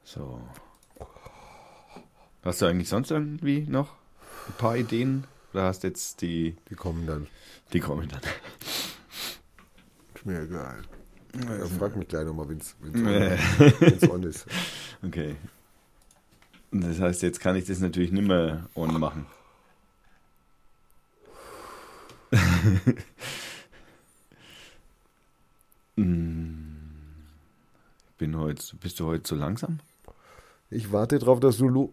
So. Hast du eigentlich sonst irgendwie noch ein paar Ideen? Oder hast jetzt die... Die kommen dann. Die kommen dann. Ist mir egal. Ja, frag mich gleich nochmal, wenn's on ist. Okay. Das heißt, jetzt kann ich das natürlich nicht mehr on machen. Bist du heute zu langsam? Ich warte drauf, dass du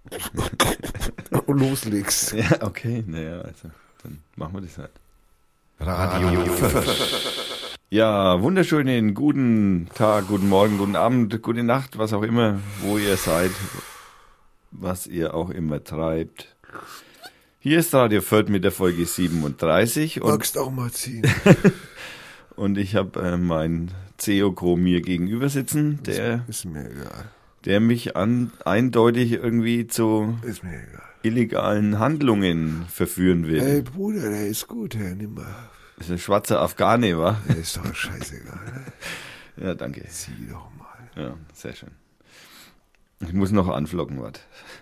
loslegst. Ja, okay. Naja, also, dann machen wir das halt. Radio. Ja, wunderschönen guten Tag, guten Morgen, guten Abend, gute Nacht, was auch immer, wo ihr seid, was ihr auch immer treibt. Hier ist Radio Fürth mit der Folge 37. Magst auch mal ziehen. Und ich habe meinen CEO mir gegenüber sitzen, Ist mir egal. der mich eindeutig irgendwie zu Ist mir egal. illegalen Handlungen verführen will. Ey, Bruder, der ist gut, Herr Nimmer. Das ist ein schwarzer Afghane, wa? Der ist doch scheißegal. Ne? Ja, danke. Zieh doch mal. Ja, sehr schön. Ich muss noch anflocken, was.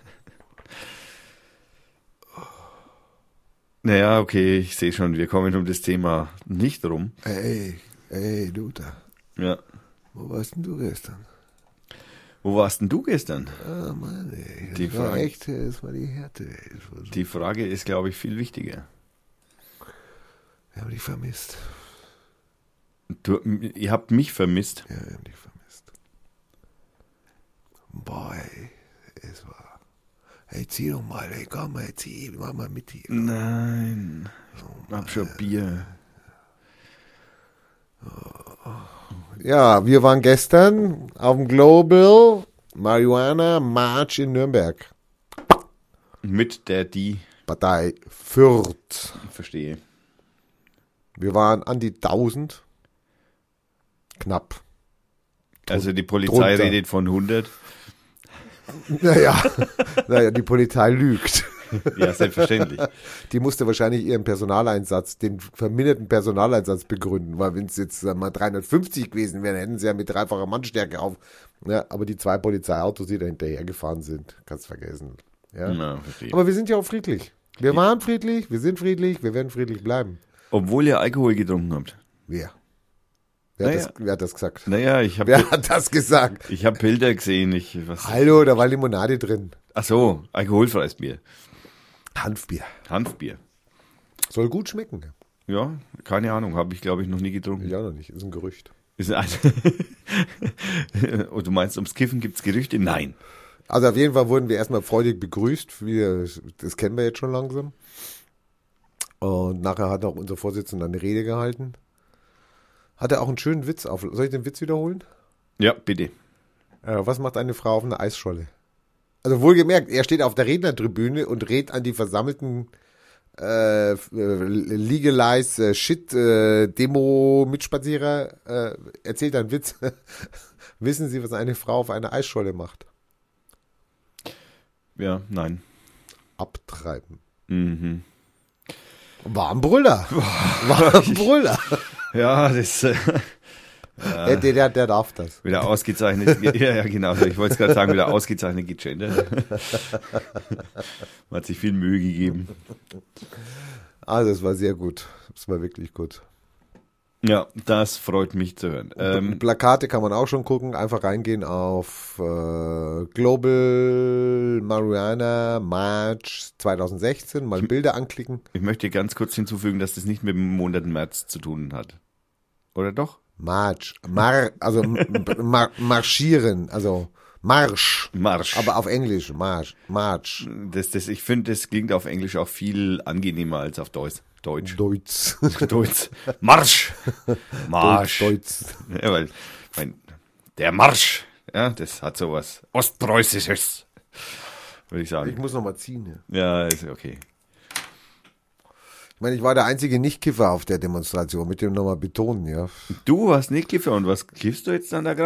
Naja, okay, ich sehe schon, wir kommen um das Thema nicht rum. Ey, du da. Ja. Wo warst denn du gestern? Wo warst denn du gestern? Ah, Mann, ey. Die Das war Frage- echt, das war die Härte, ey. Das war so. Die Frage ist, glaube ich, viel wichtiger. Wir haben dich vermisst. Ihr habt mich vermisst. Ja, wir haben dich vermisst. Boah, ey. Es war... Ey, zieh doch mal, ey, komm mal, zieh, mach mal mit hier. Nein, ich hab schon Bier. Ja, wir waren gestern auf dem Global Marihuana March in Nürnberg. Mit die, Partei Fürth. ich verstehe. Wir waren an die 1000. Knapp. Also die Polizei drunter. redet von 100. Naja, die Polizei lügt. Ja, selbstverständlich. Die musste wahrscheinlich ihren Personaleinsatz, den verminderten Personaleinsatz begründen, weil wenn es jetzt mal 350 gewesen wären, hätten sie ja mit dreifacher Mannstärke auf. Ja, aber die 2 Polizeiautos, die da hinterher gefahren sind, kannst vergessen. Ja. Na, verstehe. Aber wir sind ja auch friedlich. Wir waren friedlich, wir sind friedlich, wir werden friedlich bleiben. Obwohl ihr Alkohol getrunken habt. Wer? Naja. Wer hat das gesagt? Naja, ich habe Wer hat das gesagt? Bilder gesehen. Hallo, da war Limonade drin. Ach so, alkoholfreies Bier. Hanfbier. Hanfbier. Soll gut schmecken. Ja, keine Ahnung, habe ich glaube ich noch nie getrunken. Ich auch noch nicht, ist ein Gerücht. Ist ein Und du meinst, ums Kiffen gibt's Gerüchte? Nein. Also auf jeden Fall wurden wir erstmal freudig begrüßt. Das kennen wir jetzt schon langsam. Und nachher hat auch unser Vorsitzender eine Rede gehalten. Hat er auch einen schönen Witz auf. Soll ich den Witz wiederholen? Ja, bitte. Was macht eine Frau auf einer Eisscholle? Also wohlgemerkt, er steht auf der Rednertribüne und redet an die versammelten Legalize Shit Demo-Mitspazierer, erzählt einen Witz. Wissen Sie, was eine Frau auf einer Eisscholle macht? Ja, nein. Abtreiben. Mhm. War ein Brüller. War ein Brüller. Ja, das Der darf das. wieder ausgezeichnet. Ja, genau. Ich wollte es gerade sagen, wieder ausgezeichnet gegendert. Man hat sich viel Mühe gegeben. Ah, das war sehr gut. Das war wirklich gut. Ja, das freut mich zu hören. Plakate kann man auch schon gucken. Einfach reingehen auf Global Marijuana March 2016. Mal Bilder anklicken. Ich möchte ganz kurz hinzufügen, dass das nicht mit dem Monat März zu tun hat. Oder doch? March. Marschieren. Also Marsch. Marsch. Aber auf Englisch. March. Ich finde, das klingt auf Englisch auch viel angenehmer als auf Deutsch. Deutsch. Deutsch. Marsch. Marsch. Deutsch. Ja, weil, der Marsch, ja, das hat sowas Ostpreußisches, würde ich sagen. Ich muss noch mal ziehen. Ja. Ja, ist okay. Ich meine, ich war der einzige Nicht-Kiffer auf der Demonstration. Mit dem nochmal betonen, ja. Du warst nicht Kiffer und was kiffst du jetzt dann da gerade?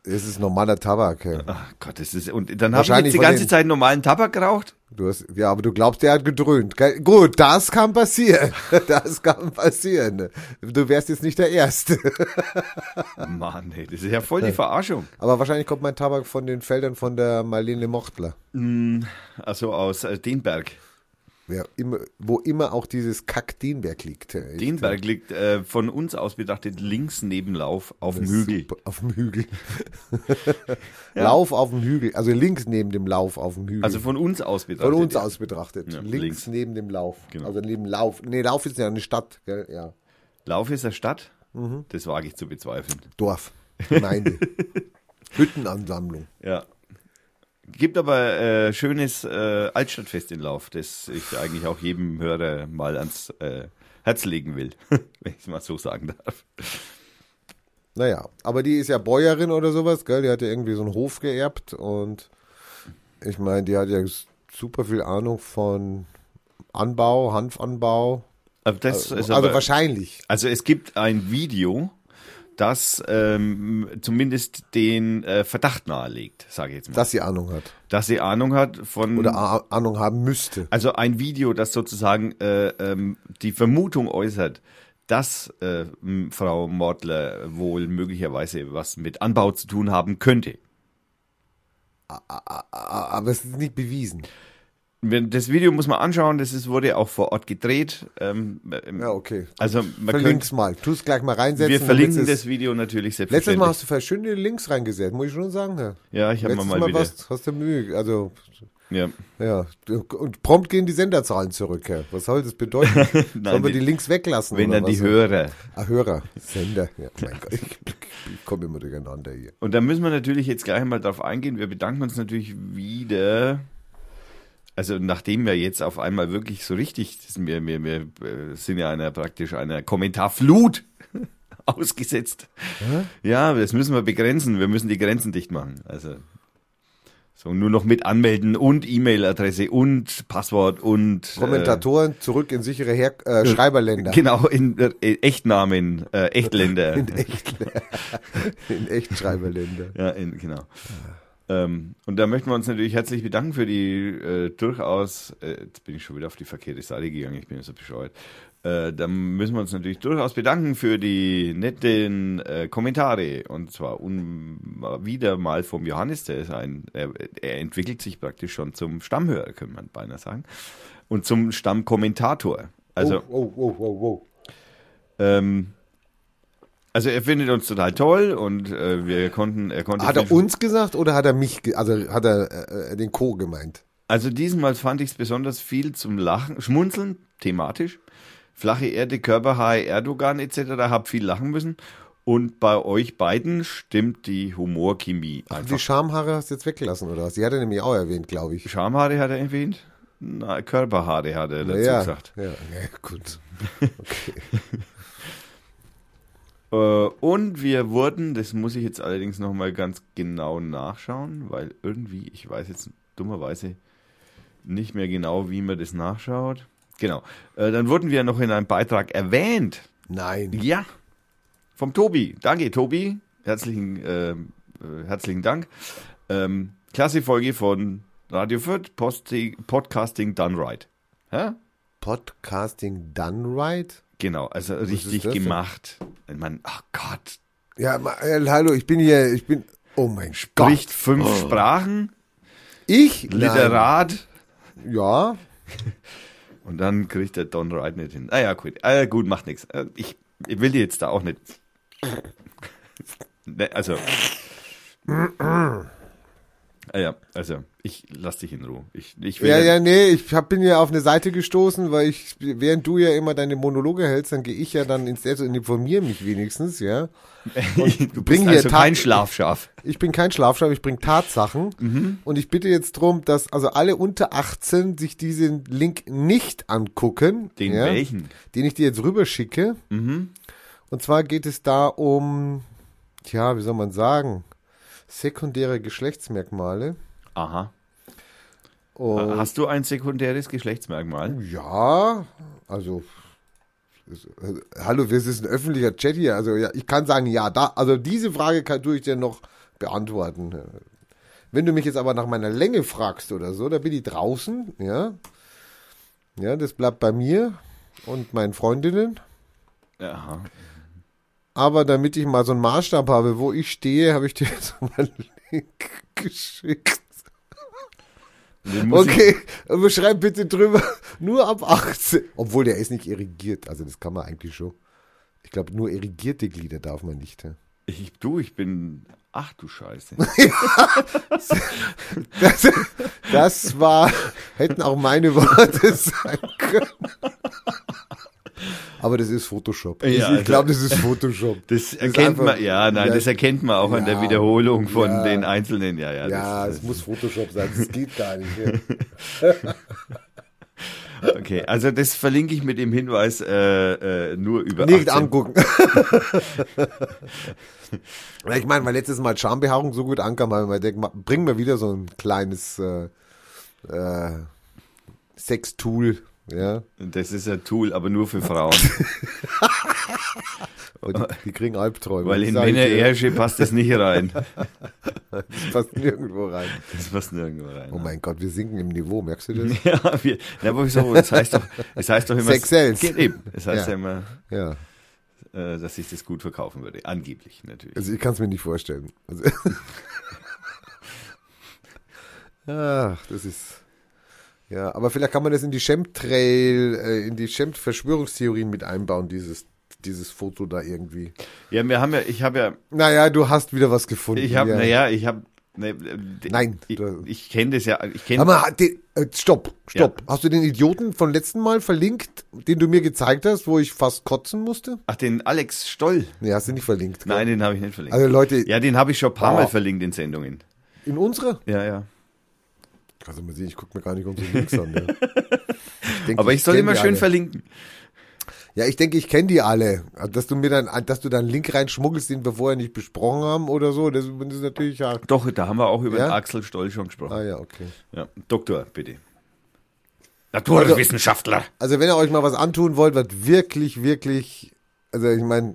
Es ist normaler Tabak. Ja. Ach Gott, das ist, und dann habe ich Wahrscheinlich jetzt die von ganze den- Zeit normalen Tabak geraucht? Ja, aber du glaubst, der hat gedröhnt. Gell? Gut, das kann passieren. Das kann passieren. Du wärst jetzt nicht der Erste. Mann, ey, das ist ja voll die Verarschung. Aber wahrscheinlich kommt mein Tabak von den Feldern von der Marlene Mochtler. Also aus Denberg. Ja, wo immer auch dieses Kack-Dienberg liegt. Echt. Denberg liegt von uns aus betrachtet links neben Lauf auf dem Das ist Hügel. super. Auf dem Hügel. Ja. Lauf auf dem Hügel. Also links neben dem Lauf auf dem Hügel. Also von uns aus betrachtet. Von uns aus betrachtet. Ja, links, links. neben dem Lauf. Genau. Also neben Lauf. Nee, Lauf ist ja eine Stadt. Gell? Ja. Lauf ist eine Stadt? Mhm. Das wage ich zu bezweifeln. Dorf. Gemeinde. Hüttenansammlung. Ja. Gibt aber schönes Altstadtfest in Lauf, das ich eigentlich auch jedem Hörer mal ans Herz legen will, wenn ich es mal so sagen darf. Naja, aber die ist ja Bäuerin oder sowas, gell? Die hat ja irgendwie so einen Hof geerbt und ich meine, die hat ja super viel Ahnung von Anbau, Hanfanbau. Aber das ist Also aber, wahrscheinlich. also es gibt ein Video, das zumindest den Verdacht nahelegt, sage ich jetzt mal. Dass sie Ahnung hat. Dass sie Ahnung hat von... Oder Ahnung haben müsste. Also ein Video, das sozusagen die Vermutung äußert, dass Frau Mordler wohl möglicherweise was mit Anbau zu tun haben könnte. Aber es ist nicht bewiesen. Das Video muss man anschauen, wurde auch vor Ort gedreht. Ja, okay. Also man Verlink's mal. Tu es gleich mal reinsetzen. wir verlinken damit das Video natürlich Letztes selbstverständlich. Mal hast du verschiedene Links reingesetzt, muss ich schon sagen. Ja, Ja, ich habe Letztes mal wieder. hast du Mühe. Also, Ja. ja. Und prompt gehen die Senderzahlen zurück. Ja. Was soll das bedeuten? Sollen wir die Links weglassen? Wenn oder dann die was? Hörer. Hörer. Sender. Ja, mein Gott. Ich komme immer durcheinander hier. Und da müssen wir natürlich jetzt gleich mal drauf eingehen. Wir bedanken uns natürlich wieder. Also nachdem wir jetzt auf einmal wirklich so richtig, wir sind ja praktisch einer Kommentarflut ausgesetzt. Ja, das müssen wir begrenzen. Wir müssen die Grenzen dicht machen. Also so nur noch mit anmelden und E-Mail-Adresse und Passwort und Kommentatoren zurück in sichere Schreiberländer. genau in Echtnamen, Echtländer. In echt Schreiberländer. Ja, genau. Und da möchten wir uns natürlich herzlich bedanken für die durchaus, jetzt bin ich schon wieder auf die verkehrte Seite gegangen, ich bin ja so bescheuert. Da müssen wir uns natürlich durchaus bedanken für die netten Kommentare. Und zwar wieder mal vom Johannes, der ist er entwickelt sich praktisch schon zum Stammhörer, könnte man beinahe sagen. Und zum Stammkommentator. Also, also er findet uns total toll und er konnte. Hat er uns gesagt oder hat er mich, hat er den Co. gemeint? Also diesmal fand ich es besonders viel zum Lachen, Schmunzeln, thematisch. Flache Erde, Körperhaare, Erdogan etc. Hab viel lachen müssen. Und bei euch beiden stimmt die Humorchemie Ach, einfach. die Schamhaare hast du jetzt weggelassen, oder was? Die hat er nämlich auch erwähnt, glaube ich. Schamhaare hat er erwähnt? Na, Körperhaare hat er dazu gesagt. Ja, gut. Okay. Und wir wurden, das muss ich jetzt allerdings nochmal ganz genau nachschauen, weil irgendwie, ich weiß jetzt dummerweise nicht mehr genau, wie man das nachschaut. Genau. Dann wurden wir noch in einem Beitrag erwähnt. Nein. Ja. Vom Tobi. Danke, Tobi. Herzlichen Dank. Klasse Folge von Radio Fürth, Podcasting Done Right. Hä? Podcasting Done Right? Genau, also richtig gemacht. Ich meine, ach Gott. Ja, hallo, ich bin, oh mein Spricht Gott. 5 Sprachen. Ich? Literat. Nein. Ja. Und dann kriegt der Don Wright nicht hin. Ja, gut. Gut, macht nichts. Ich will dir jetzt da auch nicht. Also. Ja, also, ich lass dich in Ruhe. Ich will nee, ich bin ja auf eine Seite gestoßen, weil während du ja immer deine Monologe hältst, dann gehe ich ja dann ins Netz und informiere mich wenigstens, ja. Du bist also kein Schlafschaf. Ich bin kein Schlafschaf, ich bringe Tatsachen. Und ich bitte jetzt drum, dass also alle unter 18 sich diesen Link nicht angucken. Den welchen? Den ich dir jetzt rüberschicke. Und zwar geht es da um, wie soll man sagen, sekundäre Geschlechtsmerkmale. Aha. Und hast du ein sekundäres Geschlechtsmerkmal? ja, also hallo, wir sind ein öffentlicher Chat hier. Also ja, ich kann sagen, also diese Frage tue ich dir noch beantworten. Wenn du mich jetzt aber nach meiner Länge fragst oder so, da bin ich draußen, ja. Ja, das bleibt bei mir und meinen Freundinnen. Aha. Aber damit ich mal so einen Maßstab habe, wo ich stehe, habe ich dir jetzt mal einen Link geschickt. Okay, beschreib bitte drüber, nur ab 18. Obwohl, der ist nicht irrigiert, also das kann man eigentlich schon. Ich glaube, nur irrigierte Glieder darf man nicht. Ja. Ich bin... Ach du Scheiße. Das war, hätten auch meine Worte sein können. Aber das ist Photoshop. Ja, ich glaube, das ist Photoshop. Das erkennt man, das erkennt man auch an der Wiederholung von den einzelnen, es muss Photoshop sein, das geht gar nicht. Ja. Okay, also das verlinke ich mit dem Hinweis nur über Nicht 18. angucken. Ich meine, weil letztes Mal Schambehaarung so gut ankam, weil man denkt, bring mal wieder so ein kleines Sextool. Ja. Das ist ein Tool, aber nur für Frauen. Und die kriegen Albträume. Weil in Männerärsche passt das nicht rein. Das passt nirgendwo rein. Das passt nirgendwo rein. Oh mein Gott, wir sinken im Niveau, merkst du das? Ja, aber wieso? Das heißt doch immer... Sex sells. Eben, das heißt ja immer, Ja. dass sich das gut verkaufen würde. Angeblich, natürlich. Also ich kann es mir nicht vorstellen. Also ach, das ist... Ja, aber vielleicht kann man das in die Verschwörungstheorien mit einbauen, dieses Foto da irgendwie. Ja, ich habe ja... Naja, du hast wieder was gefunden. Nein. Ich kenne das ja. Stopp. Ja. Hast du den Idioten von letzten Mal verlinkt, den du mir gezeigt hast, wo ich fast kotzen musste? Ach, den Alex Stoll. Nee, hast du nicht verlinkt. Nein, den habe ich nicht verlinkt. Also Leute. Ja, den habe ich schon ein paar Mal verlinkt in Sendungen. In unsere? Ja. Also mal sehen, ich gucke mir gar nicht unsere Links an. Ja. Aber ich soll immer schön verlinken. Ja, ich denke, ich kenne die alle. Also, dass du da einen Link reinschmuggelst, den wir vorher nicht besprochen haben oder so, das ist natürlich ja. Doch, da haben wir auch über den Axel Stoll schon gesprochen. Ah ja, okay. Ja, Doktor, bitte. Naturwissenschaftler. Also wenn ihr euch mal was antun wollt, was wirklich, wirklich, also ich meine,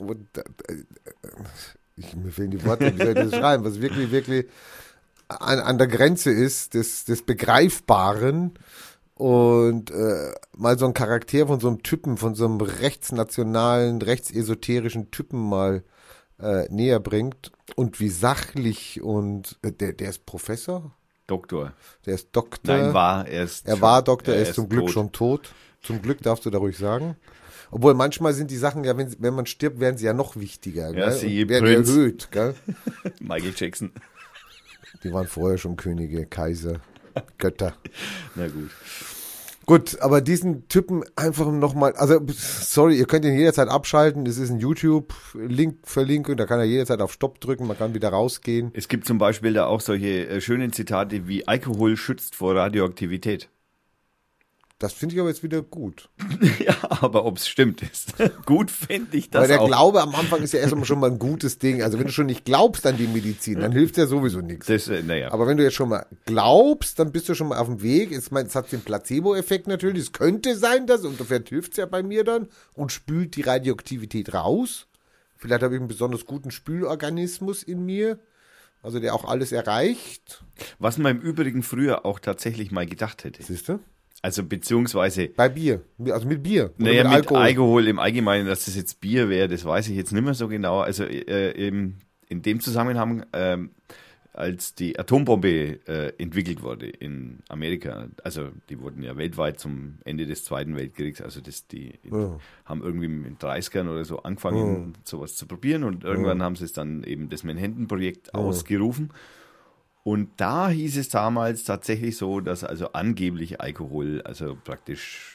mir fehlen die Worte, wie soll ich das schreiben, was wirklich, wirklich an der Grenze ist, des Begreifbaren und mal so ein Charakter von so einem Typen, von so einem rechtsnationalen, rechtsesoterischen Typen mal näher bringt und wie sachlich und der ist Professor? Doktor. Der ist Doktor. Nein, er war Doktor, er ist zum Glück schon tot. Zum Glück darfst du da ruhig sagen. Obwohl manchmal sind die Sachen ja, wenn man stirbt, werden sie ja noch wichtiger. Ja, gell? sie werden erhöht. Gell? Michael Jackson. Die waren vorher schon Könige, Kaiser, Götter. Na gut. Gut, aber diesen Typen einfach nochmal, also sorry, ihr könnt ihn jederzeit abschalten, das ist ein YouTube-Link-Verlinkung, da kann er jederzeit auf Stopp drücken, man kann wieder rausgehen. Es gibt zum Beispiel da auch solche schönen Zitate wie Alkohol schützt vor Radioaktivität. Das finde ich aber jetzt wieder gut. Ja, aber ob es stimmt ist. Gut finde ich das Weil der auch. Glaube am Anfang ist ja erstmal schon mal ein gutes Ding. Also wenn du schon nicht glaubst an die Medizin, dann hilft ja sowieso nichts. Aber wenn du jetzt schon mal glaubst, dann bist du schon mal auf dem Weg. Es hat den Placebo-Effekt natürlich. Es könnte sein, dass, und vielleicht hilft es ja bei mir dann und spült die Radioaktivität raus. Vielleicht habe ich einen besonders guten Spülorganismus in mir, also der auch alles erreicht. Was man im Übrigen früher auch tatsächlich mal gedacht hätte. Siehst du? Also beziehungsweise... Bei Bier, also mit Bier. Naja, mit Alkohol im Allgemeinen, dass das jetzt Bier wäre, das weiß ich jetzt nicht mehr so genau. Also in dem Zusammenhang, als die Atombombe entwickelt wurde in Amerika, also die wurden ja weltweit zum Ende des Zweiten Weltkriegs, also haben irgendwie in den 30ern oder so angefangen, sowas zu probieren und irgendwann haben sie es dann eben das Manhattan-Projekt ausgerufen. Und da hieß es damals tatsächlich so, dass also angeblich Alkohol, also praktisch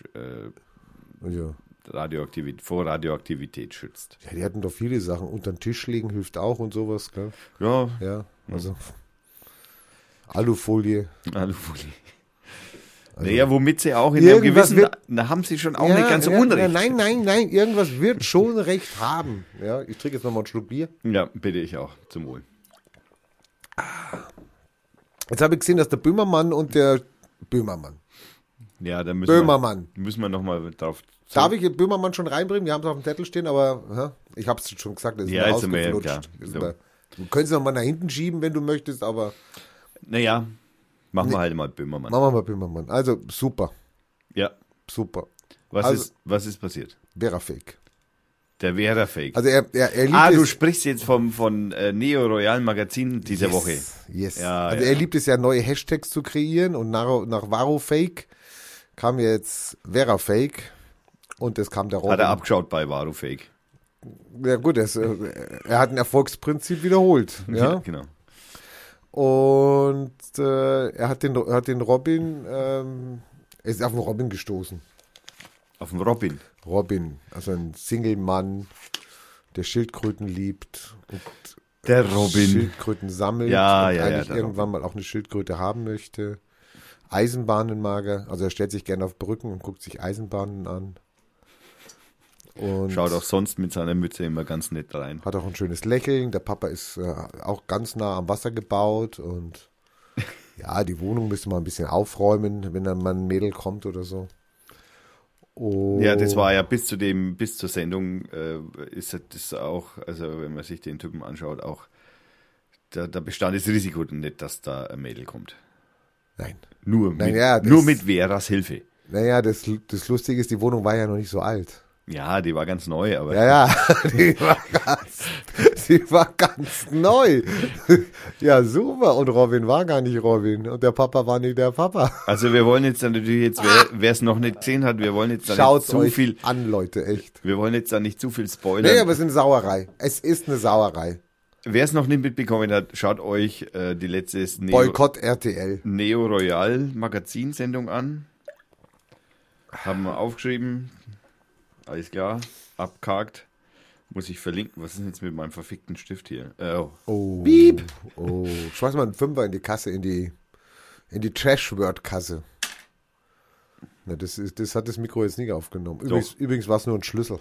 vor Radioaktivität schützt. Ja, die hatten doch viele Sachen. Unter den Tisch legen hilft auch und sowas, gell? Ja. Ja, also Alufolie. Also, naja, womit sie auch in einem gewissen, da haben sie schon auch nicht ganz unrecht. Nein, irgendwas wird schon recht haben. Ja, ich trinke jetzt nochmal einen Schluck Bier. Ja, bitte ich auch, zum Wohl. Jetzt habe ich gesehen, dass der Böhmermann und der Böhmermann. Ja, da müssen wir nochmal drauf. Darf ich Böhmermann schon reinbringen? Wir haben es auf dem Zettel stehen, aber ich habe es schon gesagt, das ist mir ausgeflutscht. Du könntest noch mal nach hinten schieben, wenn du möchtest, aber Naja, machen wir halt mal Böhmermann. machen wir mal Böhmermann. Also super, Ja. super. Was, Also- was ist passiert? Wäre fake. Der Vera-Fake. Also er liebt Du es. sprichst jetzt von Neo Royal Magazin dieser Woche. Yes. Ja, also ja. er liebt es ja, neue Hashtags zu kreieren und nach Varufake kam jetzt Vera-Fake und es kam der Robin. Hat er abgeschaut bei Varufake. Ja gut, er hat ein Erfolgsprinzip wiederholt. Ja? Genau. Und er hat den Robin, er ist auf den Robin gestoßen. Auf dem Robin. Robin, also ein Single-Mann, der Schildkröten liebt und Der Robin. Schildkröten sammelt Ja, und ja, eigentlich der irgendwann mal auch eine Schildkröte haben möchte. Eisenbahnen mag er, also er stellt sich gerne auf Brücken und guckt sich Eisenbahnen an. Und Schaut auch sonst mit seiner Mütze immer ganz nett rein. hat auch ein schönes Lächeln. Der Papa ist auch ganz nah am Wasser gebaut und ja, die Wohnung müsste man ein bisschen aufräumen, wenn dann mal ein Mädel kommt oder so. Und Ja, das war ja bis zur Sendung ist das auch, also wenn man sich den Typen anschaut, auch da bestand das Risiko nicht, dass da ein Mädel kommt. Nein. Nur Naja, nur mit Veras Hilfe. Naja, das Lustige ist, die Wohnung war ja noch nicht so alt. Ja, die war ganz neu, aber Ja, die war ganz neu. Ja, super. Und Robin war gar nicht Robin. Und der Papa war nicht der Papa. also wir wollen jetzt dann natürlich wer es noch nicht gesehen hat, wir wollen jetzt da nicht Schaut zu euch viel, an, Leute, echt. wir wollen jetzt da nicht zu viel spoilern. Nee, aber es ist eine Sauerei. Es ist eine Sauerei. Wer es noch nicht mitbekommen hat, schaut euch die letzte Boykott RTL. Neo Royal Magazinsendung an. Haben wir aufgeschrieben. Alles klar. Abgehakt. Muss ich verlinken. Was ist denn jetzt mit meinem verfickten Stift hier? Oh. Piep. Oh. Schmeiß mal einen Fünfer in die Kasse, in die Trash-Word-Kasse. Na, das hat das Mikro jetzt nicht aufgenommen. Übrigens war es nur ein Schlüssel.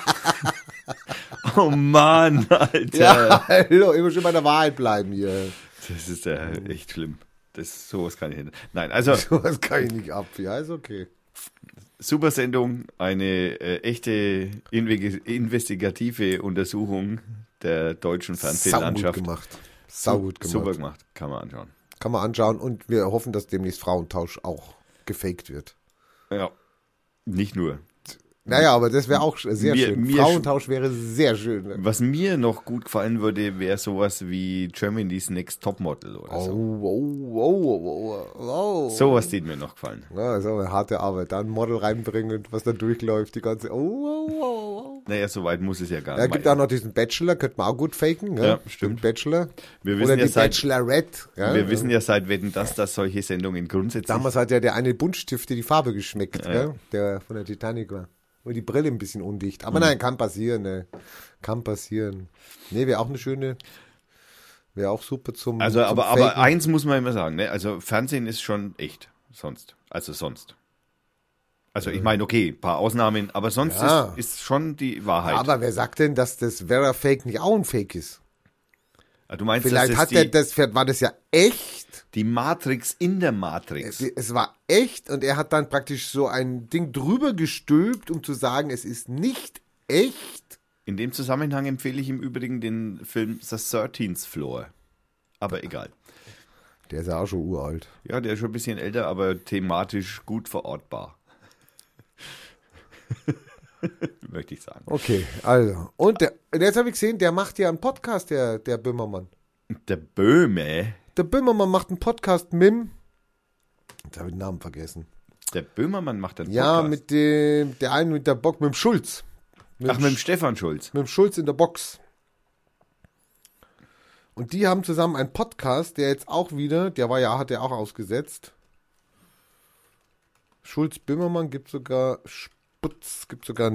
Oh Mann, Alter. Ja, hallo, immer schön bei der Wahrheit bleiben hier. Das ist ja echt schlimm. Sowas kann ich nicht. Nein, also Sowas kann ich nicht ab. Ja, ist okay. super Sendung. Eine echte investigative Untersuchung der deutschen Fernsehlandschaft. Saugut gemacht. Super gemacht. Kann man anschauen. Kann man anschauen und wir hoffen, dass demnächst Frauentausch auch gefaked wird. Ja. Nicht nur. Naja, aber das wäre auch sehr Mir- schön. mir Frauentausch wäre sehr schön. Was mir noch gut gefallen würde, wäre sowas wie Germany's Next Topmodel oder so. Oh. Sowas sieht mir noch gefallen. Ja, das ist aber eine harte Arbeit. Da ein Model reinbringen, was da durchläuft, die ganze. Naja, so weit muss es ja gar Ja, nicht. gibt auch noch diesen Bachelor, könnte man auch gut faken. Ne? Ja, stimmt. Den Bachelor. Wir Oder wissen die ja seit, Bachelorette. Ja? wir wissen ja seit Wetten, dass solche Sendungen grundsätzlich. Damals hat ja der eine Buntstifte die Farbe geschmeckt, gell? Der von der Titanic war. Und die Brille ein bisschen undicht. Aber nein, kann passieren, ne? Kann passieren. Nee, wäre auch eine schöne, wäre auch super zum Also, zum aber Faken. eins muss man immer sagen, ne? Also Fernsehen ist schon echt. Sonst. Also ich meine, okay, ein paar Ausnahmen, aber sonst Ja. ist schon die Wahrheit. Aber wer sagt denn, dass das Vera Fake nicht auch ein Fake ist? Du meinst, Vielleicht dass hat war das ja echt. die Matrix in der Matrix. Es war echt und er hat dann praktisch so ein Ding drüber gestülpt, um zu sagen, es ist nicht echt. In dem Zusammenhang empfehle ich im Übrigen den Film The 13th Floor. Aber egal. Der ist ja auch schon uralt. Ja, der ist schon ein bisschen älter, aber thematisch gut verortbar. Möchte ich sagen. Okay, also. Und jetzt habe ich gesehen, der macht ja einen Podcast, der Böhmermann. Der Böhme. Der Böhmermann macht einen Podcast mit dem. Jetzt habe ich den Namen vergessen. Der Böhmermann macht einen Ja, Podcast. mit der einen mit der Box, mit dem Schulz. Mit dem Stefan Schulz. Mit dem Schulz in der Box. Und die haben zusammen einen Podcast, der jetzt auch wieder, hat er auch ausgesetzt. Schulz Böhmermann gibt sogar Sputz, gibt sogar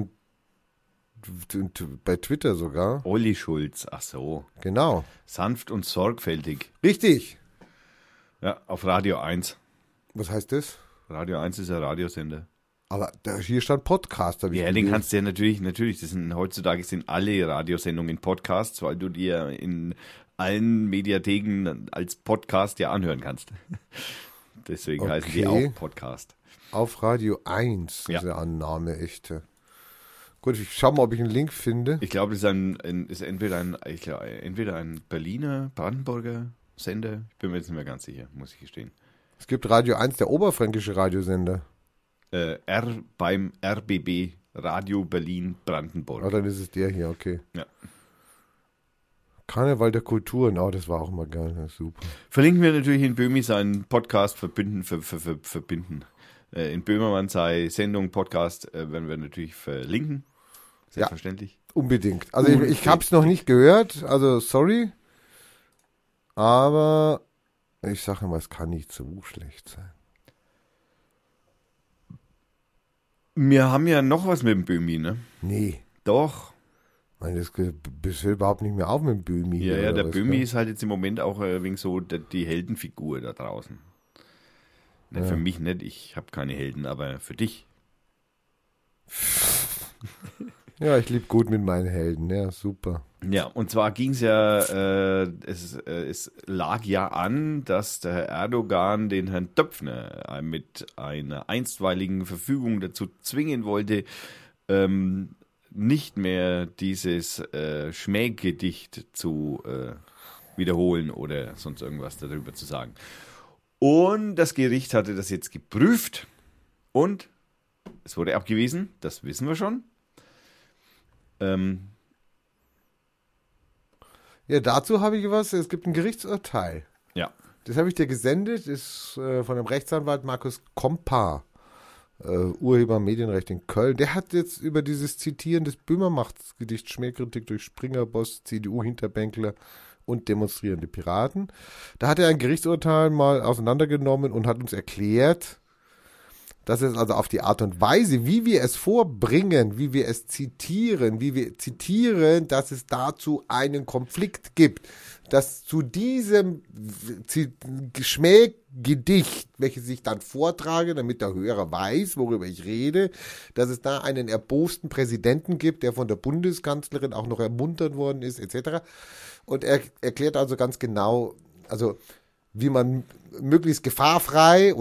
bei Twitter sogar. Olli Schulz, ach so. Genau. Sanft und sorgfältig. Richtig. Ja, auf Radio 1. Was heißt das? Radio 1 ist ein Radiosender. Aber hier stand Podcast. Ja, den kannst du ja natürlich, heutzutage sind alle Radiosendungen Podcasts, weil du dir in allen Mediatheken als Podcast ja anhören kannst. Deswegen heißen die Okay. auch Podcast. Auf Radio 1, Ja. diese Annahme, echte. Gut, ich schau mal, ob ich einen Link finde. Ich glaube, das ist entweder ein Berliner, Brandenburger Sender. Ich bin mir jetzt nicht mehr ganz sicher, muss ich gestehen. Es gibt Radio 1, der oberfränkische Radiosender. Beim RBB, Radio Berlin Brandenburg. Ah, dann ist es der hier, okay. Ja. Karneval der Kulturen, das war auch mal geil, ja, super. Verlinken wir natürlich in Böhmi seinen Podcast verbinden. In Böhmermann sei Sendung, Podcast werden wir natürlich verlinken. Selbstverständlich. Ja, unbedingt. Also ich habe es noch nicht gehört, also sorry. Aber ich sage mal, es kann nicht so schlecht sein. Wir haben ja noch was mit dem Böhmi, ne? Nee. Doch. Ich meine, das bist du überhaupt nicht mehr auf mit dem Böhmi. Ja, der Böhmi ist halt jetzt im Moment auch wegen so die Heldenfigur da draußen. Ne, für mich nicht, ich habe keine Helden, aber für dich. Ja, ich lieb gut mit meinen Helden, ja, super. Ja, und zwar ging es ja, es lag ja an, dass der Herr Erdogan den Herrn Döpfner mit einer einstweiligen Verfügung dazu zwingen wollte, nicht mehr dieses Schmähgedicht zu wiederholen oder sonst irgendwas darüber zu sagen. Und das Gericht hatte das jetzt geprüft und es wurde abgewiesen, das wissen wir schon. Ja, dazu habe ich was. Es gibt ein Gerichtsurteil. Ja. Das habe ich dir gesendet. Ist von dem Rechtsanwalt Markus Kompa, Urheber Medienrecht in Köln. Der hat jetzt über dieses Zitieren des Böhmermachtsgedichts Schmähkritik durch Springer-Boss, CDU-Hinterbänkler und demonstrierende Piraten. Da hat er ein Gerichtsurteil mal auseinandergenommen und hat uns erklärt, dass es also auf die Art und Weise, wie wir es vorbringen, wie wir es zitieren, dass es dazu einen Konflikt gibt, dass zu diesem Schmähgedicht, welches ich dann vortrage, damit der Hörer weiß, worüber ich rede, dass es da einen erbosten Präsidenten gibt, der von der Bundeskanzlerin auch noch ermuntert worden ist, etc. Und er erklärt also ganz genau, also wie man möglichst gefahrfrei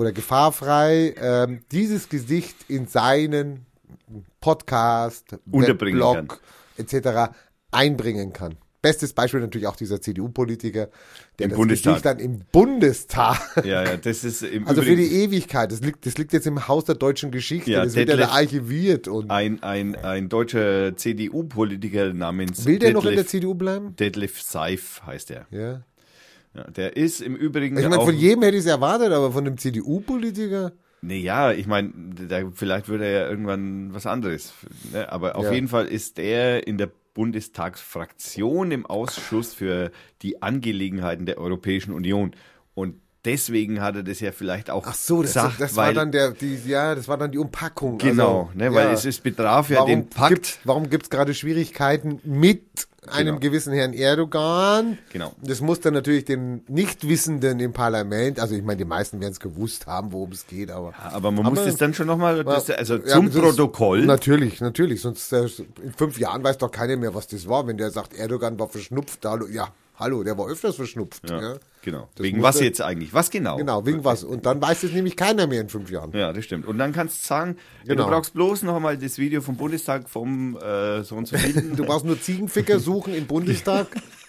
dieses Gesicht in seinen Podcast, Blog etc. einbringen kann. Bestes Beispiel natürlich auch dieser CDU-Politiker, der das Gesicht dann im Bundestag. Ja, das ist also für die Ewigkeit. Das liegt jetzt im Haus der deutschen Geschichte. Ja, das wird ja da archiviert. Und ein deutscher CDU-Politiker namens will der noch in der CDU bleiben? Detlef Seif heißt er. Ja. Ja, der ist im Übrigen ich meine, von jedem hätte ich es erwartet, aber von einem CDU-Politiker? Naja, ich meine, vielleicht würde er ja irgendwann was anderes. Ne? Aber auf jeden Fall ist er in der Bundestagsfraktion im Ausschuss für die Angelegenheiten der Europäischen Union. Und deswegen hat er das ja vielleicht auch gesagt. Das war dann das war dann die Umpackung. Genau, also, weil es betraf ja den Pakt. Warum gibt es gerade Schwierigkeiten mit einem gewissen Herrn Erdogan? Genau. Das muss dann natürlich den Nichtwissenden im Parlament, also ich meine, die meisten werden es gewusst haben, worum es geht, aber... Ja, aber man muss das dann schon nochmal, zum Protokoll... Natürlich, sonst in 5 Jahren weiß doch keiner mehr, was das war, wenn der sagt, Erdogan war verschnupft, hallo, der war öfters verschnupft. Ja. Genau. Wegen was jetzt eigentlich? Was genau? Genau, wegen was. Und dann weiß es nämlich keiner mehr in 5 Jahren. Ja, das stimmt. Und dann kannst du sagen, du brauchst bloß noch einmal das Video vom Bundestag vom so und so finden. Du brauchst nur Ziegenficker suchen im Bundestag.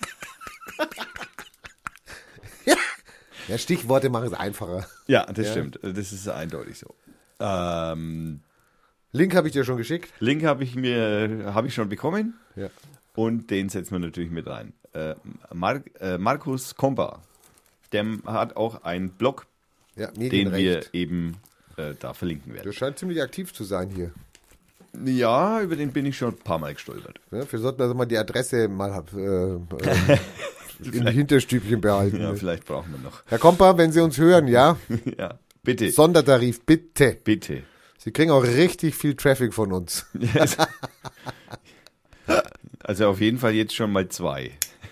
Ja, Stichworte machen es einfacher. Ja, das stimmt. Das ist eindeutig so. Link habe ich dir schon geschickt. Link habe ich schon bekommen. Ja. Und den setzen wir natürlich mit rein. Markus Kompa, der hat auch einen Blog, den wir eben da verlinken werden. Der scheint ziemlich aktiv zu sein hier. Ja, über den bin ich schon ein paar Mal gestolpert. Ja, wir sollten also mal die Adresse mal im Hinterstübchen behalten. Ja, vielleicht brauchen wir noch. Herr Kompa, wenn Sie uns hören, ja? Ja, bitte. Sondertarif, bitte. Bitte. Sie kriegen auch richtig viel Traffic von uns. Also auf jeden Fall jetzt schon mal 2.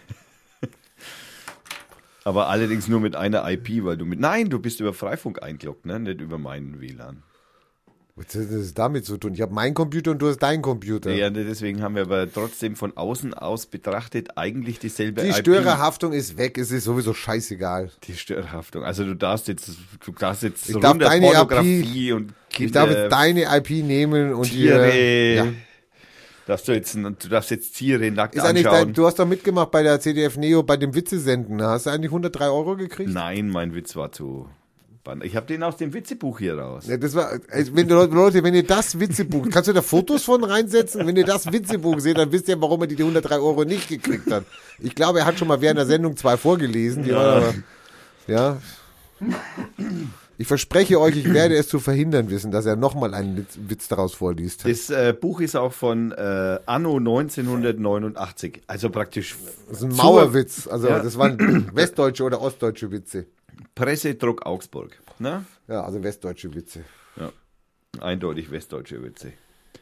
Aber allerdings nur mit einer IP, weil du bist über Freifunk eingeloggt, ne? Nicht über meinen WLAN. Was hat das damit zu tun? Ich habe meinen Computer und du hast deinen Computer. Ja, deswegen haben wir aber trotzdem von außen aus betrachtet eigentlich dieselbe IP. Die Störerhaftung ist weg, es ist sowieso scheißegal. Die Störerhaftung. Also du darfst jetzt ich darf deine Pornografie IP, und Kinder, ich darf jetzt deine IP nehmen und Tiere, Du darfst jetzt Tiere nackt Ist eigentlich anschauen. du hast doch mitgemacht bei der CDF Neo bei dem Witzesenden. Hast du eigentlich 103 Euro gekriegt? Nein, mein Witz war zu... Ich habe den aus dem Witzebuch hier raus. Ja, das war, also Leute, wenn ihr das Witzebuch, kannst du da Fotos von reinsetzen? Wenn ihr das Witzebuch seht, dann wisst ihr, warum er die 103 Euro nicht gekriegt hat. Ich glaube, er hat schon mal während der Sendung 2 vorgelesen. Die waren aber, ja. Ich verspreche euch, ich werde es zu verhindern wissen, dass er nochmal einen Witz daraus vorliest. Das Buch ist auch von Anno 1989. Also praktisch... Das ist ein Mauerwitz. Also Ja. das waren westdeutsche oder ostdeutsche Witze. Pressedruck Augsburg. Ne? Ja, also westdeutsche Witze. Ja. Eindeutig westdeutsche Witze.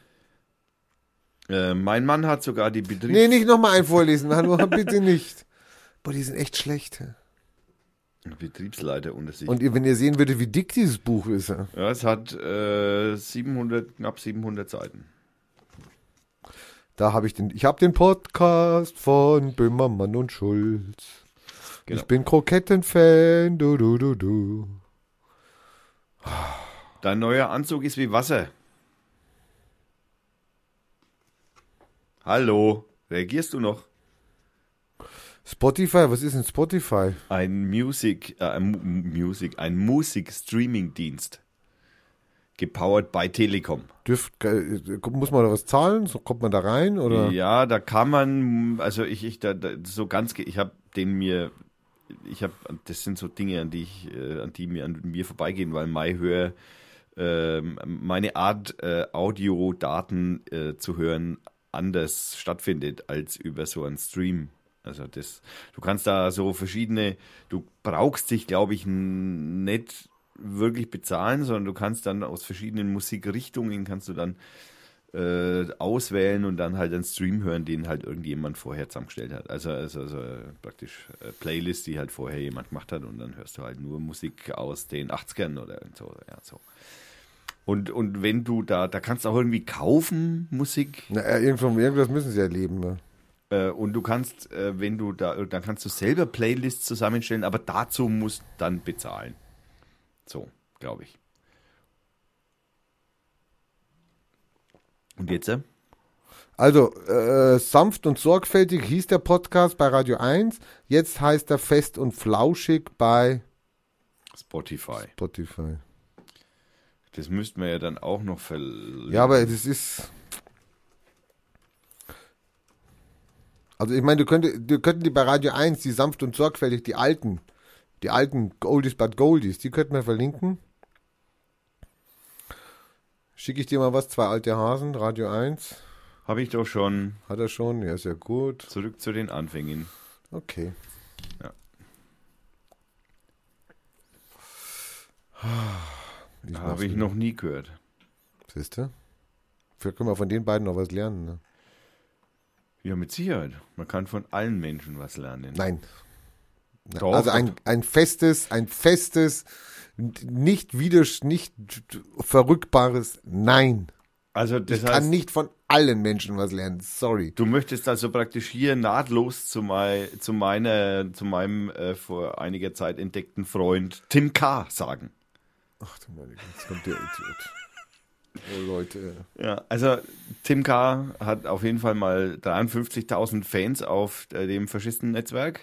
Mein Mann hat sogar die Nee, nicht nochmal einen vorlesen. Hallo, bitte nicht. Boah, die sind echt schlecht. Betriebsleiter unter sich. Und wenn ihr sehen würdet, wie dick dieses Buch ist. Ja. Ja, es hat knapp 700 Seiten. Da habe ich habe den Podcast von Böhmermann und Schulz. Genau. Ich bin Krokettenfan, du. Dein neuer Anzug ist wie Wasser. Hallo, reagierst du noch? Spotify, was ist denn Spotify? Ein Musik-Streaming-Dienst. Gepowert bei Telekom. Muss man da was zahlen? So kommt man da rein? Oder? Ja, da kann man, also ich habe das sind so Dinge, an die mir an mir vorbeigehen, weil meine Art, Audiodaten zu hören, anders stattfindet als über so einen Stream. Also du kannst da so du brauchst dich, glaube ich, nicht wirklich bezahlen, sondern du kannst dann aus verschiedenen Musikrichtungen kannst du dann auswählen und dann halt einen Stream hören, den halt irgendjemand vorher zusammengestellt hat. Also praktisch Playlist, die halt vorher jemand gemacht hat und dann hörst du halt nur Musik aus den 80ern oder so. Ja, so. Und wenn du da kannst du auch irgendwie kaufen Musik. Na, irgendwas müssen sie erleben. Ne? Und du kannst, dann kannst du selber Playlists zusammenstellen, aber dazu musst du dann bezahlen. So, glaube ich. Und jetzt? Also, sanft und sorgfältig hieß der Podcast bei Radio 1. Jetzt heißt er fest und flauschig bei Spotify. Das müssten wir ja dann auch noch verlinken. Ja, aber das ist... Also ich meine, du könnten die bei Radio 1, die sanft und sorgfältig, die alten Oldies but Goldies, die könnten wir verlinken. Schicke ich dir mal was, 2 alte Hasen, Radio 1. Habe ich doch schon. Hat er schon? Ja, ist ja gut. Zurück zu den Anfängen. Okay. Ja. Habe ich noch nie gehört. Siehst du? Vielleicht können wir von den beiden noch was lernen. Ne? Ja, mit Sicherheit. Man kann von allen Menschen was lernen. Nein. Doch, also ein festes, nicht verrückbares Nein. Also das ich kann nicht von allen Menschen was lernen. Sorry. Du möchtest also praktisch hier nahtlos zu meinem vor einiger Zeit entdeckten Freund Tim K. sagen. Ach du meine Güte, jetzt kommt der Idiot. Oh Leute. Ja, also Tim K. hat auf jeden Fall mal 53.000 Fans auf dem Faschisten-Netzwerk.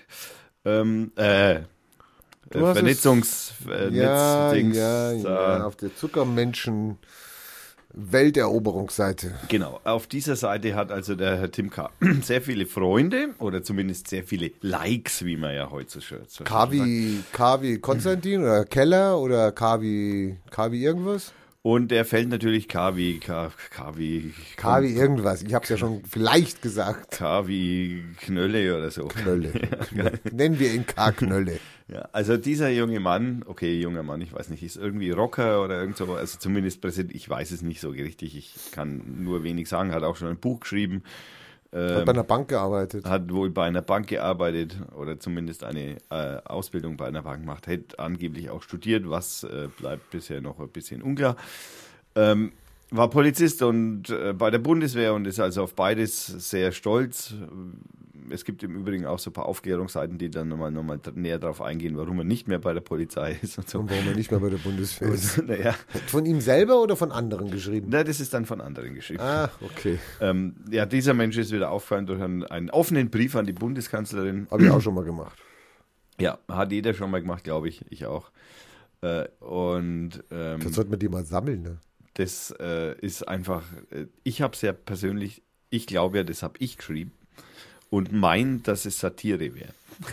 Vernetzungsnetzdings. Ja, auf der Zuckermenschen Welteroberungsseite. Genau, auf dieser Seite hat also der Herr Tim K. sehr viele Freunde oder zumindest sehr viele Likes, wie man ja heute so schön sagt. Kavi Konstantin oder Keller oder Kavi irgendwas? Und der fällt natürlich Kavi irgendwas. Ich habe es ja schon vielleicht gesagt. Kavi Knölle oder so. Knölle. Nennen wir ihn K-Knölle. Ja, also dieser junge Mann, junger Mann, ich weiß nicht, ist irgendwie Rocker oder irgend so, also zumindest Präsident, ich weiß es nicht so richtig, ich kann nur wenig sagen, hat auch schon ein Buch geschrieben. Hat bei einer Bank gearbeitet. Hat wohl bei einer Bank gearbeitet oder zumindest eine Ausbildung bei einer Bank gemacht. Hätte angeblich auch studiert, was bleibt bisher noch ein bisschen unklar. War Polizist und bei der Bundeswehr und ist also auf beides sehr stolz. es gibt im Übrigen auch so ein paar Aufklärungsseiten, die dann nochmal näher darauf eingehen, warum er nicht mehr bei der Polizei ist und so. Und warum er nicht mehr bei der Bundeswehr ist. Naja. Von ihm selber oder von anderen geschrieben? Na, das ist dann von anderen geschrieben. Ah, okay. Ja, dieser Mensch ist wieder aufgefallen durch einen offenen Brief an die Bundeskanzlerin. Habe ich auch schon mal gemacht. Ja, hat jeder schon mal gemacht, glaube ich. Ich auch. Das sollte man die mal sammeln, ne? Das ist einfach, ich habe es ja persönlich, ich glaube ja, das habe ich geschrieben und mein, dass es Satire wäre.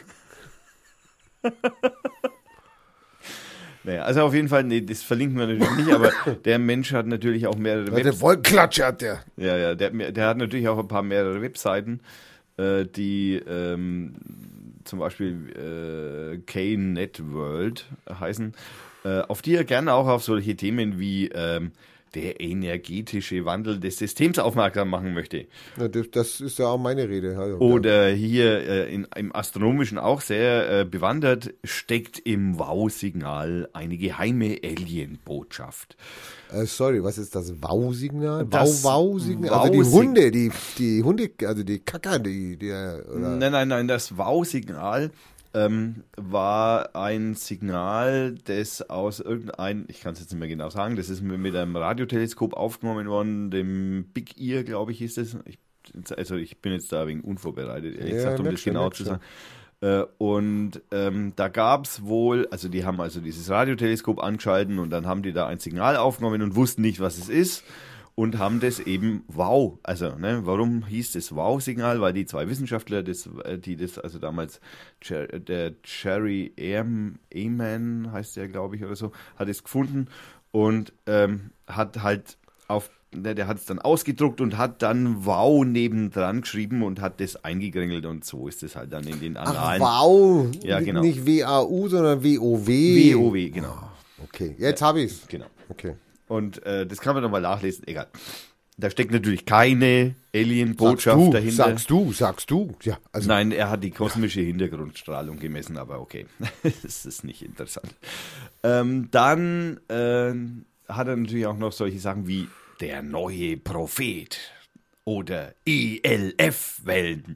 Naja, also auf jeden Fall, nee, das verlinken wir natürlich nicht, aber der Mensch hat natürlich auch mehrere Webseiten. Der Wolkenklatscher hat der. Ja, der hat natürlich auch mehrere Webseiten, die zum Beispiel K-Net-World heißen, auf die er gerne auch auf solche Themen wie der energetische Wandel des Systems aufmerksam machen möchte. Ja, das ist ja auch meine Rede. Also, Oder hier im Astronomischen auch sehr bewandert, steckt im Wow-Signal eine geheime Alien-Botschaft. Sorry, was ist das Wow-Signal? Das Wow-Signal? Also die Hunde, die Hunde, also die Kacker, oder? Nein, das Wow-Signal war ein Signal, das aus ich kann es jetzt nicht mehr genau sagen, das ist mit einem Radioteleskop aufgenommen worden, dem Big Ear, glaube ich, hieß es. Ich bin jetzt da wegen unvorbereitet, ehrlich gesagt, um das genau zu sagen. Und da gab es wohl, also die haben also dieses Radioteleskop angeschalten und dann haben die da ein Signal aufgenommen und wussten nicht, was es ist. Und haben das eben Wow, also warum hieß das Wow-Signal? Weil die zwei Wissenschaftler, die das also damals, der Jerry Eman heißt der, glaube ich, oder so, hat es gefunden und hat halt der hat es dann ausgedruckt und hat dann Wow nebendran geschrieben und hat das eingegrängelt und so ist es halt dann in den Annalen. Ach, Wow, ja, genau. Nicht W-A-U, sondern W-O-W. W-O-W, genau. Okay, jetzt habe ich es. Genau. Okay. Und das kann man nochmal nachlesen, egal. Da steckt natürlich keine Alien-Botschaft dahinter. Sagst du. Ja, also nein, er hat die kosmische Hintergrundstrahlung gemessen, aber okay, das ist nicht interessant. Dann hat er natürlich auch noch solche Sachen wie der neue Prophet oder ELF-Wellen.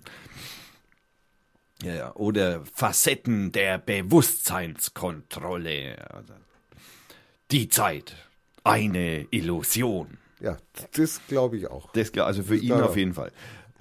Ja, oder Facetten der Bewusstseinskontrolle. Die Zeit. Eine Illusion. Ja, das glaube ich auch. Also für ihn auf jeden Fall.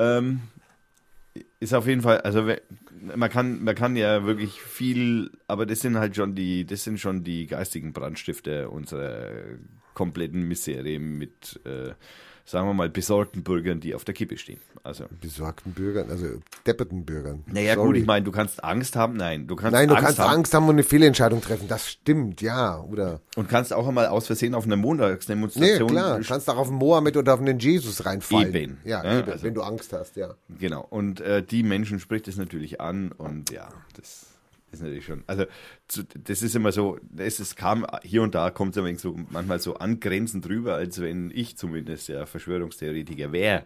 Ist auf jeden Fall, also man kann ja wirklich viel, aber das sind schon die geistigen Brandstifter unserer kompletten Misere mit, sagen wir mal, besorgten Bürgern, die auf der Kippe stehen. Also besorgten Bürgern, also depperten Bürgern. Naja, Sorry. gut, ich meine, du kannst Angst haben. Nein, du kannst Angst haben und eine Fehlentscheidung treffen. Das stimmt, ja. Oder und kannst auch einmal aus Versehen auf einer Montagsdemonstration. Nee, klar. Kannst auch auf den Mohammed oder auf den Jesus reinfallen. Eben. Ja, eben, also, wenn du Angst hast, ja. Genau. Und die Menschen spricht es natürlich an und ja, das ist natürlich schon. Also das ist immer so, es kam hier und da kommt es aber so manchmal so angrenzend drüber, als wenn ich zumindest der Verschwörungstheoretiker wäre.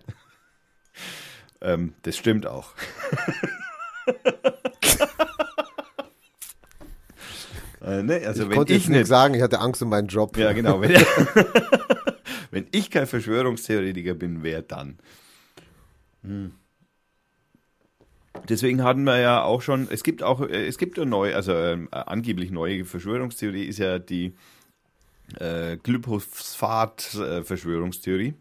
Das stimmt auch. Also ich konnte jetzt nicht sagen, ich hatte Angst um meinen Job. Ja, genau. Wenn ich kein Verschwörungstheoretiker bin, wer dann? Deswegen hatten wir ja auch schon, es gibt eine neue, also angeblich neue Verschwörungstheorie, ist ja die Glyphosat-Verschwörungstheorie.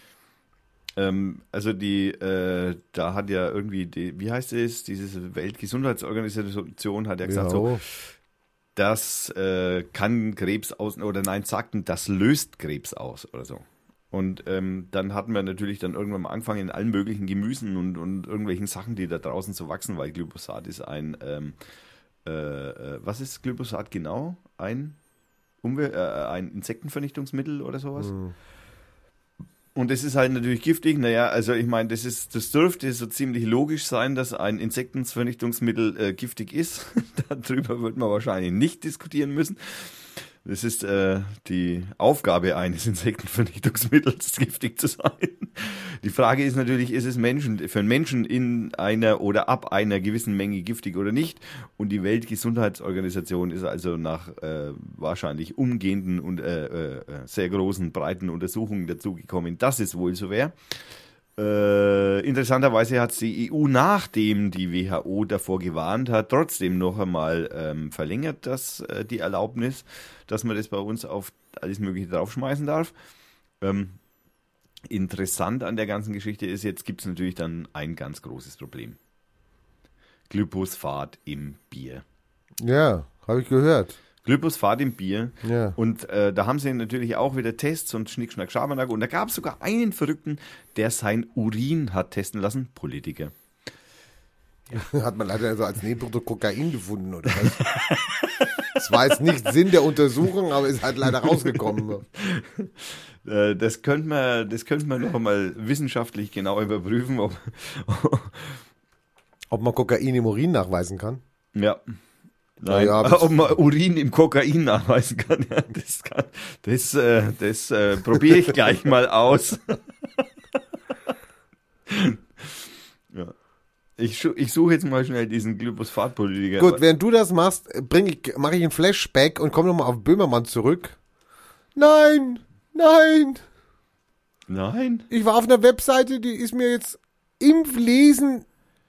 Also da hat ja irgendwie, wie heißt es, diese Weltgesundheitsorganisation hat ja gesagt, so, das kann Krebs sagten, das löst Krebs aus oder so. Und dann hatten wir natürlich dann irgendwann mal angefangen in allen möglichen Gemüsen und irgendwelchen Sachen, die da draußen so wachsen, weil Glyphosat ist was ist Glyphosat genau? Ein Insektenvernichtungsmittel oder sowas? Mhm. Und das ist halt natürlich giftig. Naja, also ich meine, das dürfte so ziemlich logisch sein, dass ein Insektenvernichtungsmittel giftig ist. Darüber wird man wahrscheinlich nicht diskutieren müssen. Das ist die Aufgabe eines Insektenvernichtungsmittels, giftig zu sein. Die Frage ist natürlich, ist es für einen Menschen in einer oder ab einer gewissen Menge giftig oder nicht? Und die Weltgesundheitsorganisation ist also nach wahrscheinlich umgehenden und sehr großen, breiten Untersuchungen dazu gekommen, dass es wohl so wäre. Interessanterweise hat die EU, nachdem die WHO davor gewarnt hat, trotzdem noch einmal verlängert die Erlaubnis, dass man das bei uns auf alles Mögliche draufschmeißen darf. Interessant an der ganzen Geschichte ist, jetzt gibt es natürlich dann ein ganz großes Problem. Glyphosat im Bier. Ja, habe ich gehört. Glyphosat im Bier. Ja. Und da haben sie natürlich auch wieder Tests und Schnick, Schnack, Schabernack. Und da gab es sogar einen Verrückten, der sein Urin hat testen lassen. Politiker. Hat man leider so als Nebenprodukt Kokain gefunden, oder was? Das war jetzt nicht Sinn der Untersuchung, aber ist halt leider rausgekommen. Das könnte man noch einmal wissenschaftlich genau überprüfen, ob man Kokain im Urin nachweisen kann? Ja. Nein, ja, ob man Urin im Kokain nachweisen kann, ja, das probiere ich gleich mal aus. Ja. Ich suche jetzt mal schnell diesen Glyphosat-Politiker. Gut, während du das machst, mache ich ein Flashback und komme nochmal auf Böhmermann zurück. Nein! Nein? Ich war auf einer Webseite, die ist mir jetzt im Lesen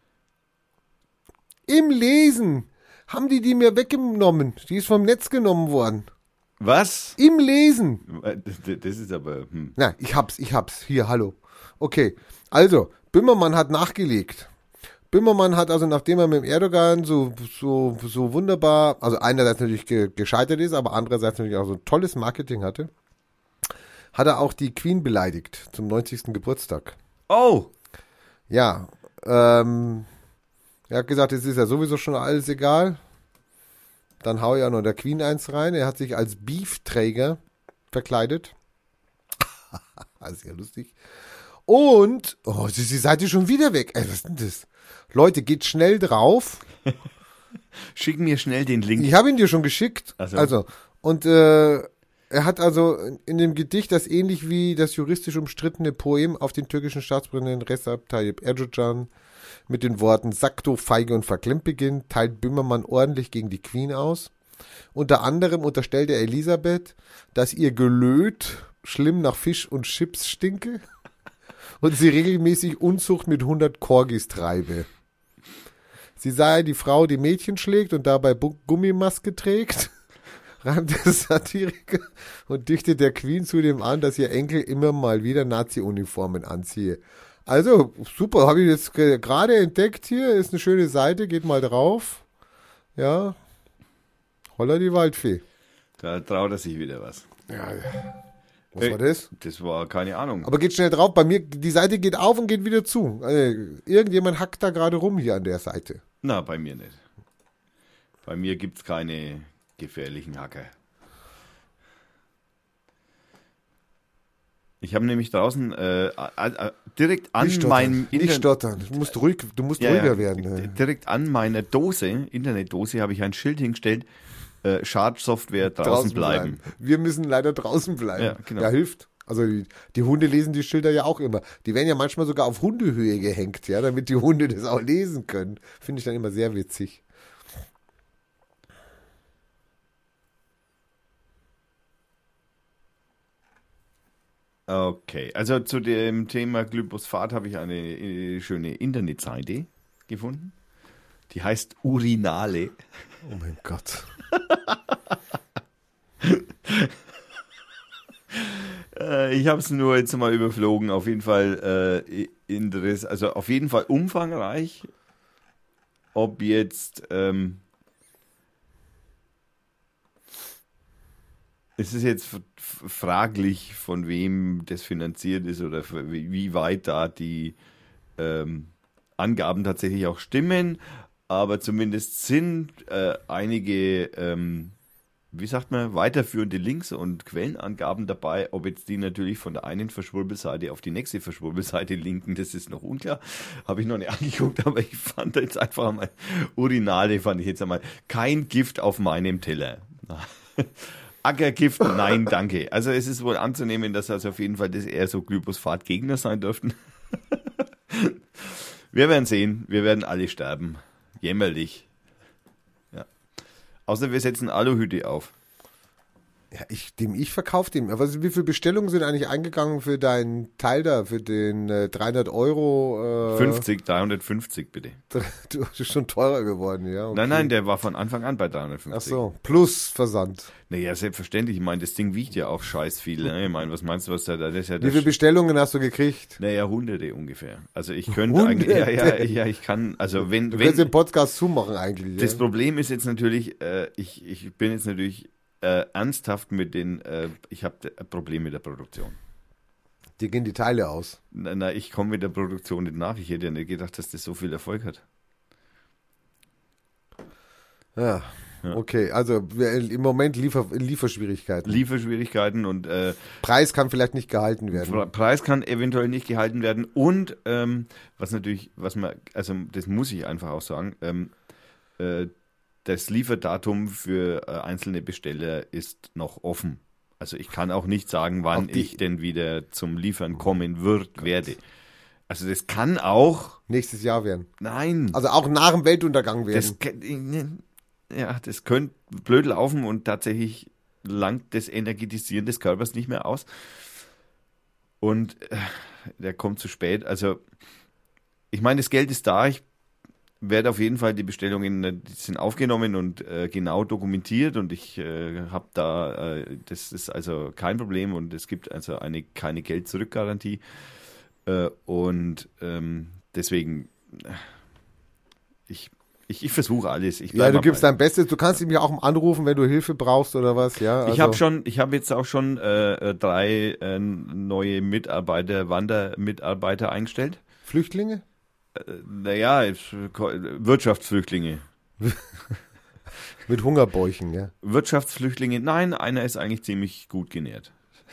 haben die mir weggenommen. Die ist vom Netz genommen worden. Was? Im Lesen. Das ist aber... Na, ich hab's. Hier, hallo. Okay, also, Böhmermann hat nachgelegt. Böhmermann hat also, nachdem er mit dem Erdogan so wunderbar, also einerseits natürlich gescheitert ist, aber andererseits natürlich auch so ein tolles Marketing hatte, hat er auch die Queen beleidigt zum 90. Geburtstag. Oh! Ja, er hat gesagt, es ist ja sowieso schon alles egal. Dann hau ich auch noch der Queen eins rein. Er hat sich als Beefträger verkleidet. Das ist ja lustig. Und, ist die Seite schon wieder weg. Ey, was ist denn das? Leute, geht schnell drauf. Schick mir schnell den Link. Ich habe ihn dir schon geschickt. Also. Und er hat also in dem Gedicht, das ähnlich wie das juristisch umstrittene Poem auf den türkischen Staatspräsidenten Recep Tayyip Erdogan mit den Worten Sakto, feige und verklemmt beginnt, teilt Böhmermann ordentlich gegen die Queen aus. Unter anderem unterstellt er Elisabeth, dass ihr Gelöt schlimm nach Fisch und Chips stinke und sie regelmäßig Unzucht mit 100 Corgis treibe. Sie sei die Frau, die Mädchen schlägt und dabei Gummimaske trägt, reimt der Satiriker und dichtet der Queen zudem an, dass ihr Enkel immer mal wieder Nazi-Uniformen anziehe. Also, super, habe ich jetzt gerade entdeckt hier, ist eine schöne Seite, geht mal drauf. Ja, holla die Waldfee. Da traut er sich wieder was. Ja, was war das? Das war keine Ahnung. Aber geht schnell drauf, bei mir, die Seite geht auf und geht wieder zu. Also, irgendjemand hackt da gerade rum hier an der Seite. Na, bei mir nicht. Bei mir gibt es keine gefährlichen Hacker. Ich habe nämlich draußen direkt an meinem Nicht stottern, du musst ruhiger werden. Direkt an meiner Internetdose, habe ich ein Schild hingestellt, Schadsoftware draußen bleiben. Wir müssen leider draußen bleiben. Ja, genau. Ja, hilft. Also die Hunde lesen die Schilder ja auch immer. Die werden ja manchmal sogar auf Hundehöhe gehängt, ja, damit die Hunde das auch lesen können. Finde ich dann immer sehr witzig. Okay, also zu dem Thema Glyphosat habe ich eine schöne Internetseite gefunden. Die heißt Urinale. Oh mein Gott. Ich habe es nur jetzt mal überflogen. Auf jeden Fall also auf jeden Fall umfangreich. Ob jetzt es ist jetzt fraglich, von wem das finanziert ist oder wie weit da die Angaben tatsächlich auch stimmen, aber zumindest sind einige, wie sagt man, weiterführende Links und Quellenangaben dabei. Ob jetzt die natürlich von der einen Verschwurbelseite auf die nächste Verschwurbelseite linken, das ist noch unklar. Habe ich noch nicht angeguckt, aber ich fand jetzt einfach mal Urinale, fand ich jetzt einmal kein Gift auf meinem Teller. Ackergift, nein, danke. Also es ist wohl anzunehmen, dass also auf jeden Fall das eher so Glyphosat-Gegner sein dürften. Wir werden sehen, wir werden alle sterben. Jämmerlich. Ja. Außer wir setzen Aluhüte auf. Ja, ich verkaufe dem. Aber wie viele Bestellungen sind eigentlich eingegangen für deinen Teil da, für den 300 Euro? 350 bitte. Du bist schon teurer geworden, ja. Okay. Nein, der war von Anfang an bei 350. Ach so, plus Versand. Naja, selbstverständlich. Ich meine, das Ding wiegt ja auch scheiß viel. Ne? Ich meine, was meinst du, was da das ist ja Wie viele Bestellungen hast du gekriegt? Naja, Hunderte ungefähr. Also ich könnte eigentlich, ja, ich kann, also wenn... Du könntest den Podcast zumachen eigentlich. Das ja. Problem ist jetzt natürlich, ich bin jetzt natürlich ernsthaft mit ich habe ein Problem mit der Produktion. Dir gehen die Teile aus. Na, ich komme mit der Produktion nicht nach. Ich hätte ja nicht gedacht, dass das so viel Erfolg hat. Ja, okay. Also im Moment Lieferschwierigkeiten. Lieferschwierigkeiten und Preis kann vielleicht nicht gehalten werden. Preis kann eventuell nicht gehalten werden. Und also das muss ich einfach auch sagen, das Lieferdatum für einzelne Besteller ist noch offen. Also ich kann auch nicht sagen, wann ich denn wieder zum Liefern kommen werde. Also das kann auch... Nächstes Jahr werden. Nein. Also auch nach dem Weltuntergang werden. Das könnte blöd laufen und tatsächlich langt das Energetisieren des Körpers nicht mehr aus. Und der kommt zu spät. Also ich meine, das Geld ist da. Ich werde auf jeden Fall die Bestellungen, die sind aufgenommen und genau dokumentiert und ich habe da, das ist also kein Problem und es gibt also keine Geld-Zurück-Garantie und deswegen, ich versuche alles. Ja, du gibst dein Bestes. Du kannst ihm ja auch anrufen, wenn du Hilfe brauchst oder was, ja. Also. Ich habe jetzt auch schon 3 neue Wandermitarbeiter eingestellt. Flüchtlinge? Naja, Wirtschaftsflüchtlinge. Mit Hungerbäuchen, ja. Wirtschaftsflüchtlinge, nein, einer ist eigentlich ziemlich gut genährt.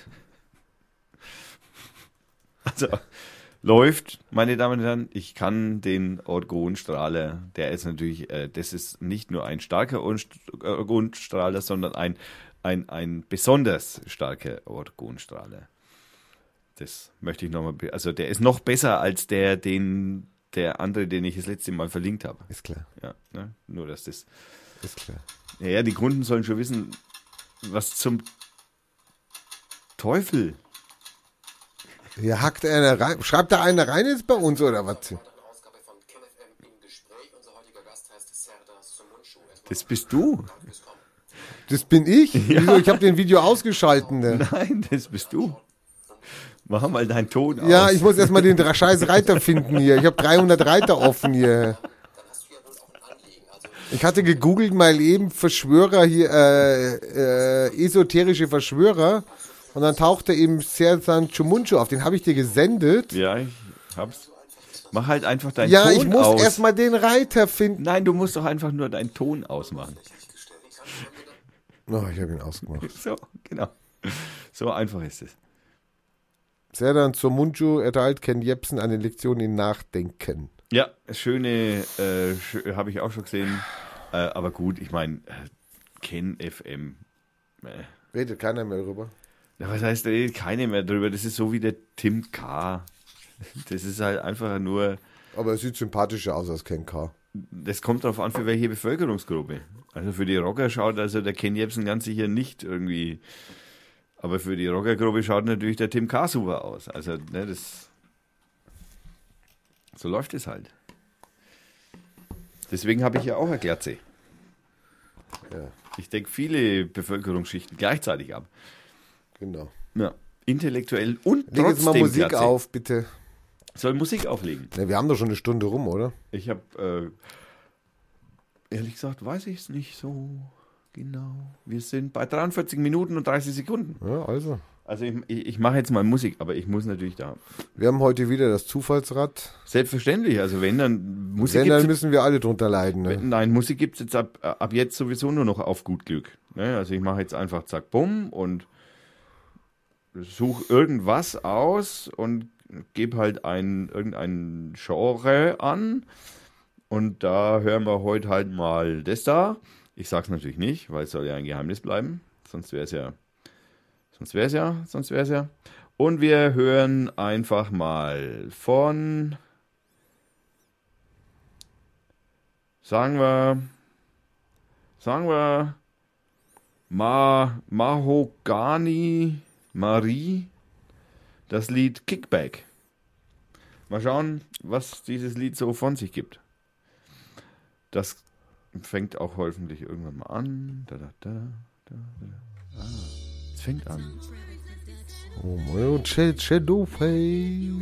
Also, läuft, meine Damen und Herren, ich kann den Orgonstrahler, der ist natürlich, das ist nicht nur ein starker Orgonstrahler, sondern ein besonders starker Orgonstrahler. Das möchte ich nochmal, also der ist noch besser als der andere, den ich das letzte Mal verlinkt habe. Ist klar. Ja, ne? Nur, dass das... Ist klar. Ja, die Kunden sollen schon wissen, was zum Teufel. Ja, schreibt da einer rein jetzt bei uns, oder was? Das bist du. Das bin ich? Ja. Wieso? Ich habe den Video ausgeschalten. Ne? Nein, das bist du. Mach mal deinen Ton aus. Ja, ich muss erstmal den scheiß Reiter finden hier. Ich habe 300 Reiter offen hier. Ich hatte gegoogelt mal eben Verschwörer hier, esoterische Verschwörer. Und dann tauchte eben Sersan Chumunchu auf. Den habe ich dir gesendet. Ja, ich hab's. Mach halt einfach deinen Ton aus. Ja, ich muss erstmal den Reiter finden. Nein, du musst doch einfach nur deinen Ton ausmachen. Oh, ich habe ihn ausgemacht. So, genau. So einfach ist es. Serdan Chumunchu erteilt Ken Jebsen eine Lektion in Nachdenken. Ja, schöne, habe ich auch schon gesehen. Aber gut, ich meine, Ken FM. Redet keiner mehr drüber. Ja, was heißt, da redet keiner mehr drüber? Das ist so wie der Tim K. Das ist halt einfach nur... Aber er sieht sympathischer aus als Ken K. Das kommt darauf an, für welche Bevölkerungsgruppe. Also für die Rocker schaut also der Ken Jebsen ganz sicher nicht irgendwie... Aber für die Rockergruppe schaut natürlich der Tim K. super aus. Also, ne, so läuft es halt. Deswegen habe ich ja auch eine Glatze. Ja. Ich decke viele Bevölkerungsschichten gleichzeitig ab. Genau. Ja, intellektuell und Leg jetzt mal Musik Glatze. auf, bitte. Soll Musik auflegen? Ja, wir haben doch schon eine Stunde rum, oder? Ich habe, ehrlich gesagt, weiß ich es nicht so genau. Wir sind bei 43 Minuten und 30 Sekunden. Ja, also. Also ich mache jetzt mal Musik, aber ich muss natürlich da. Wir haben heute wieder das Zufallsrad. Selbstverständlich, also wenn dann Musik. Wenn, dann müssen wir alle drunter leiden. Ne? Nein, Musik gibt es jetzt ab jetzt sowieso nur noch auf gut Glück. Ne? Also ich mache jetzt einfach zack, bumm und suche irgendwas aus und gebe halt irgendein Genre an. Und da hören wir heute halt mal das da. Ich sag's natürlich nicht, weil es soll ja ein Geheimnis bleiben. Sonst wäre es ja. Und wir hören einfach mal von, sagen wir Mahogany Marie, das Lied Kickback. Mal schauen, was dieses Lied so von sich gibt. Das fängt auch hoffentlich irgendwann mal an. Es fängt an. Oh mein Shadow Face.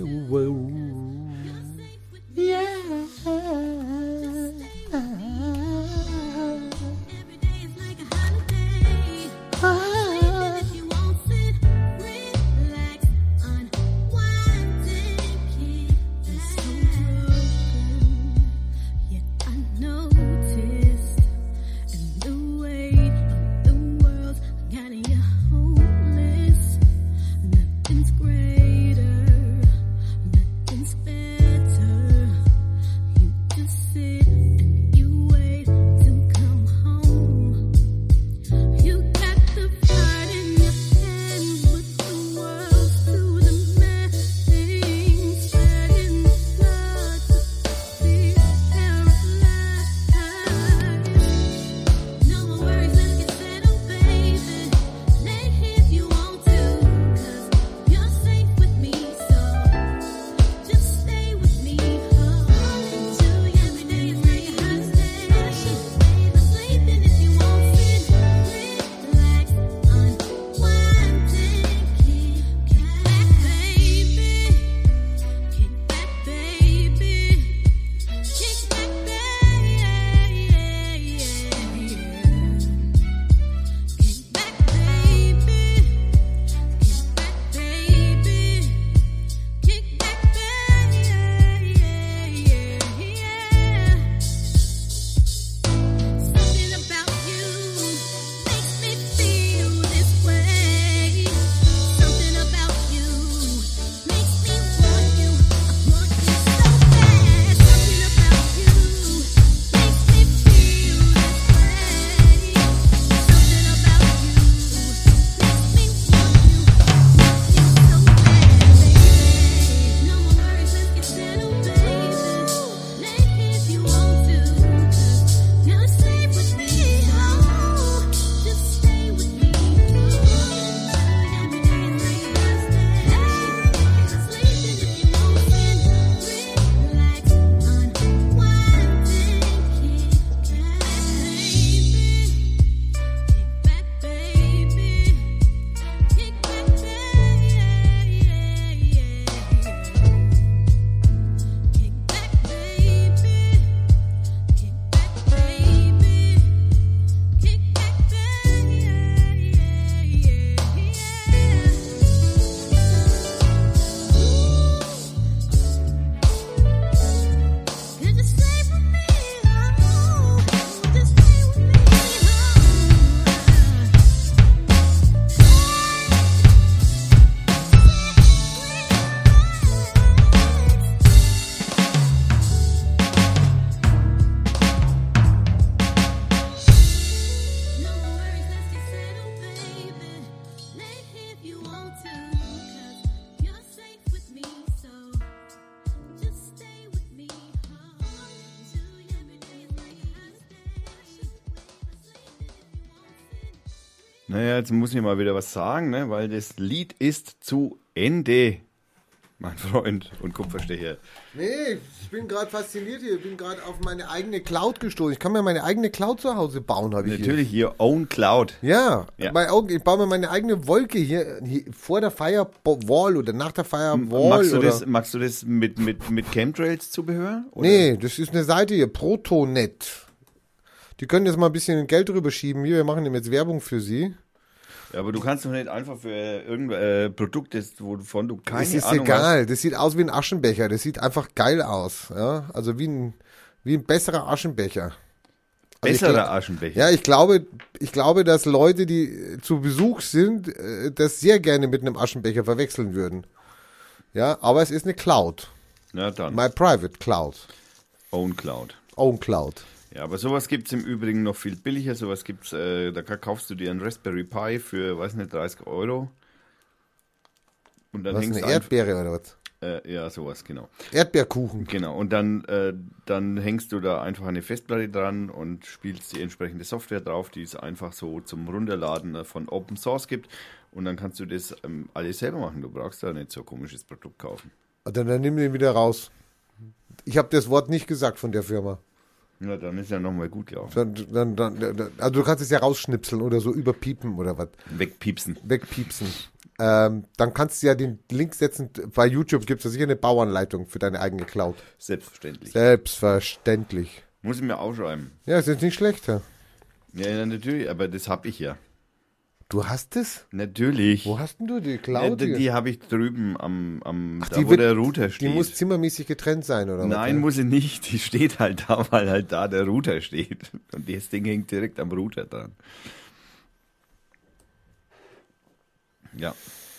Naja, jetzt muss ich mal wieder was sagen, ne? Weil das Lied ist zu Ende, mein Freund und Kupferstecher. Nee, ich bin gerade fasziniert hier. Ich bin gerade auf meine eigene Cloud gestoßen. Ich kann mir meine eigene Cloud zu Hause bauen, habe ich Natürlich, your own Cloud. Ja, Ja. ich baue mir meine eigene Wolke hier vor der Firewall oder nach der Firewall. Magst du das mit Chemtrails-Zubehör? oder? Nee, das ist eine Seite hier, Protonet. Die können jetzt mal ein bisschen Geld rüberschieben. Hier, wir machen jetzt Werbung für sie. Ja, aber du kannst doch nicht einfach für irgendein Produkt, wovon du keine Das ist Ahnung egal, das sieht aus wie ein Aschenbecher. Das sieht einfach geil aus. Ja? Also wie ein besserer Aschenbecher. Besserer Aschenbecher. Ja, ich glaube, dass Leute, die zu Besuch sind, das sehr gerne mit einem Aschenbecher verwechseln würden. Ja, aber es ist eine Cloud. Na dann. My private Cloud. Own Cloud. Own Cloud. Ja, aber sowas gibt es im Übrigen noch viel billiger. Sowas gibt's, da kaufst du dir einen Raspberry Pi für, weiß nicht, 30 Euro. Und dann Was, hängst eine du Erdbeere oder was? Ja, sowas, genau. Erdbeerkuchen. Genau, und dann hängst du da einfach eine Festplatte dran und spielst die entsprechende Software drauf, die es einfach so zum Runterladen von Open Source gibt. Und dann kannst du das alles selber machen. Du brauchst da nicht so ein komisches Produkt kaufen. Dann nimm den wieder raus. Ich habe das Wort nicht gesagt von der Firma. Ja, dann ist ja nochmal gut gelaufen. Also du kannst es ja rausschnipseln oder so überpiepen oder was. Wegpiepsen. Dann kannst du ja den Link setzen. Bei YouTube gibt es sicher eine Bauanleitung für deine eigene Cloud. Selbstverständlich. Muss ich mir aufschreiben. Ja, ist jetzt nicht schlecht. Ja, Ja, natürlich, aber das habe ich ja. Du hast es? Natürlich. Wo hast denn du die Cloud? Die habe ich drüben am Ach, da, wo der Router steht. Die muss zimmermäßig getrennt sein, oder was? Nein, muss sie nicht. Die steht halt da, weil halt da der Router steht. Und das Ding hängt direkt am Router dran. Ja.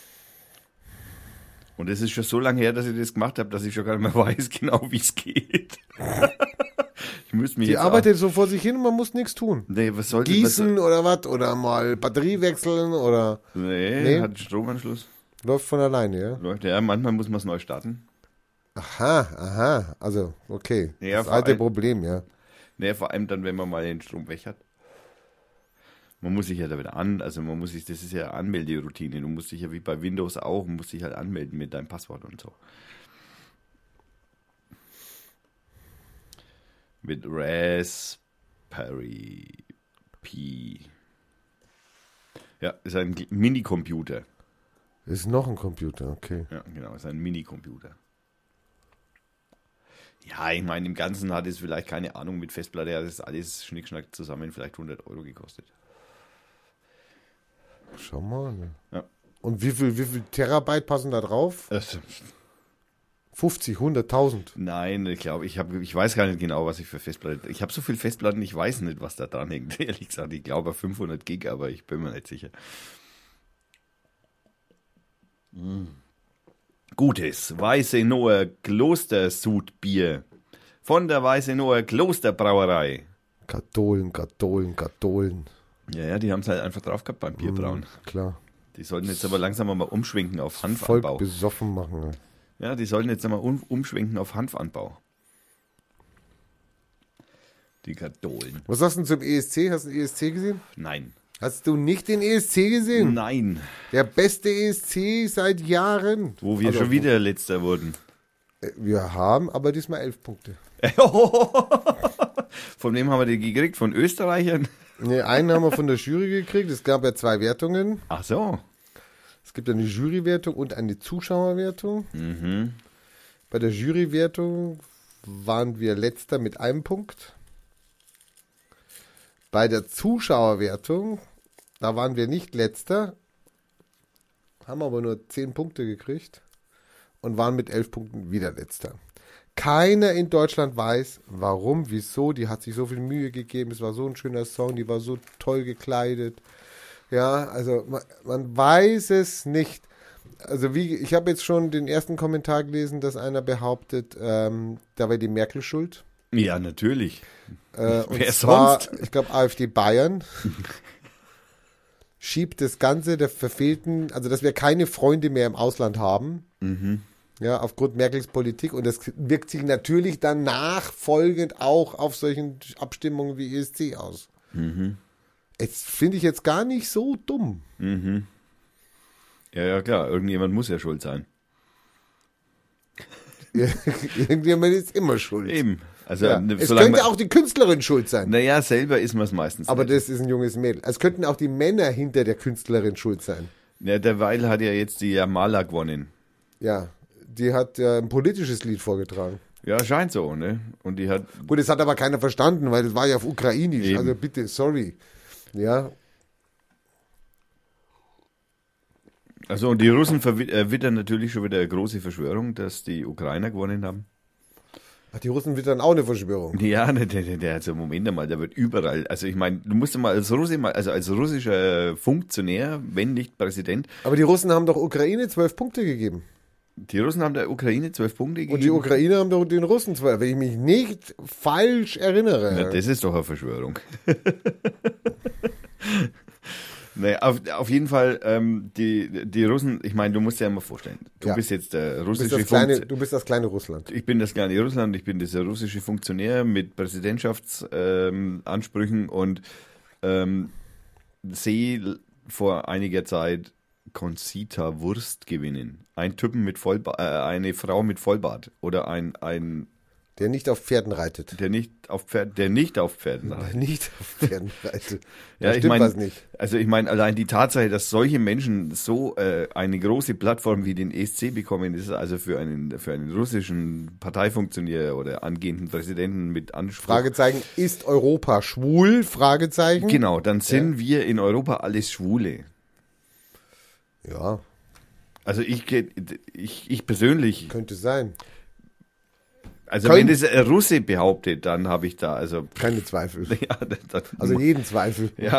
Und es ist schon so lange her, dass ich das gemacht habe, dass ich schon gar nicht mehr weiß genau, wie es geht. Ich müsste mich Die jetzt arbeitet so vor sich hin und man muss nichts tun. Nee, was soll Gießen oder was? Oder mal Batterie wechseln oder... Nee, hat einen Stromanschluss. Läuft von alleine, ja? Läuft, ja, manchmal muss man es neu starten. Aha. Also, okay. Ja, das alte Problem, ja. Nee, vor allem dann, wenn man mal den Strom weg hat. Man muss sich ja da wieder das ist ja Anmelderoutine. Du musst dich ja wie bei Windows auch, musst dich halt anmelden mit deinem Passwort und so. Mit Raspberry Pi. Ja, ist ein Minicomputer. Ist noch ein Computer, okay. Ja, genau, ist ein Minicomputer. Ja, ich meine, im Ganzen hat es vielleicht, keine Ahnung, mit Festplatte, hat es alles Schnickschnack zusammen vielleicht 100 Euro gekostet. Schau mal. Ne? Ja. Und wie viel Terabyte passen da drauf? 50, 100.000? Nein, ich weiß gar nicht genau, was ich für Festplatten. Ich habe so viele Festplatten, ich weiß nicht, was da dran hängt. Ehrlich gesagt, ich glaube 500 Gig, aber ich bin mir nicht sicher. Gutes Weiße Noah Klostersudbier von der Weiße Noah Klosterbrauerei. Katholen. Ja, die haben es halt einfach drauf gehabt beim Bierbrauen. Klar. Die sollten jetzt aber langsam mal umschwenken auf Hanfanbau. Volk besoffen machen. Ne? Ja, die sollten jetzt mal umschwenken auf Hanfanbau. Die Katholen. Was sagst du zum ESC? Hast du den ESC gesehen? Nein. Hast du nicht den ESC gesehen? Nein. Der beste ESC seit Jahren. Wo wir schon wieder Letzter wurden. Wir haben aber diesmal 11 Punkte. Von wem haben wir die gekriegt? Von Österreichern? Nee, einen haben wir von der Jury gekriegt. Es gab ja 2 Wertungen. Ach so. Es gibt eine Jurywertung und eine Zuschauerwertung. Mhm. Bei der Jurywertung waren wir Letzter mit 1 Punkt. Bei der Zuschauerwertung, da waren wir nicht Letzter, haben aber nur 10 Punkte gekriegt und waren mit 11 Punkten wieder Letzter. Keiner in Deutschland weiß, warum, wieso. Die hat sich so viel Mühe gegeben. Es war so ein schöner Song, die war so toll gekleidet. Ja, also man weiß es nicht. Also ich habe jetzt schon den ersten Kommentar gelesen, dass einer behauptet, da wäre die Merkel schuld. Ja, natürlich. Und Wer zwar, sonst? ich glaube, AfD Bayern schiebt das Ganze der verfehlten, also dass wir keine Freunde mehr im Ausland haben. Mhm. Ja, aufgrund Merkels Politik, und das wirkt sich natürlich dann nachfolgend auch auf solchen Abstimmungen wie ESC aus. Mhm. Das finde ich jetzt gar nicht so dumm. Mhm. Ja, klar, irgendjemand muss ja schuld sein. Irgendjemand ist immer schuld. Eben. Also, Ja. Es könnte auch die Künstlerin schuld sein. Naja, selber ist man es meistens Aber nicht. das ist ein junges Mädel. Es könnten auch die Männer hinter der Künstlerin schuld sein. Ja, der Weil hat ja jetzt die Jamala gewonnen. Ja, die hat ja ein politisches Lied vorgetragen. Ja, scheint so, ne? Und die hat... Gut, das hat aber keiner verstanden, weil das war ja auf Ukrainisch. Eben. Also bitte, sorry. Ja, Also, und die Russen wittern natürlich schon wieder eine große Verschwörung, dass die Ukrainer gewonnen haben. ach, die Russen wittern auch eine Verschwörung. Ja, also Moment einmal, der wird überall, also ich meine, du musst ja mal als Russe, also als russischer Funktionär, wenn nicht Präsident, Aber die Russen haben doch Ukraine 12 Punkte gegeben. die Russen haben der Ukraine 12 Punkte gegeben. Und die Ukrainer haben doch den Russen 12, wenn ich mich nicht falsch erinnere. Ja, das ist doch eine Verschwörung. Nee, auf jeden Fall, die Russen, ich meine, du musst dir ja mal vorstellen, du bist jetzt der russische Du bist das kleine Russland. Ich bin das kleine Russland, ich bin dieser russische Funktionär mit Präsidentschaftsansprüchen und sehe vor einiger Zeit Conchita Wurst gewinnen. Ein Typen mit eine Frau mit Vollbart oder ein Der nicht auf Pferden reitet. der nicht auf Pferden reitet. Nicht auf Pferden reitet. Ja, Da ich stimmt meine, was nicht. also ich meine, allein die Tatsache, dass solche Menschen so eine große Plattform wie den ESC bekommen, ist also für einen russischen Parteifunktionär oder angehenden Präsidenten mit Anspruch. Fragezeichen, ist Europa schwul? Fragezeichen. Genau, dann sind wir in Europa alles Schwule. Ja, Also ich persönlich, könnte sein. also wenn das ein Russe behauptet, dann habe ich da, also Keine Zweifel. ja, Also jeden Zweifel. ja,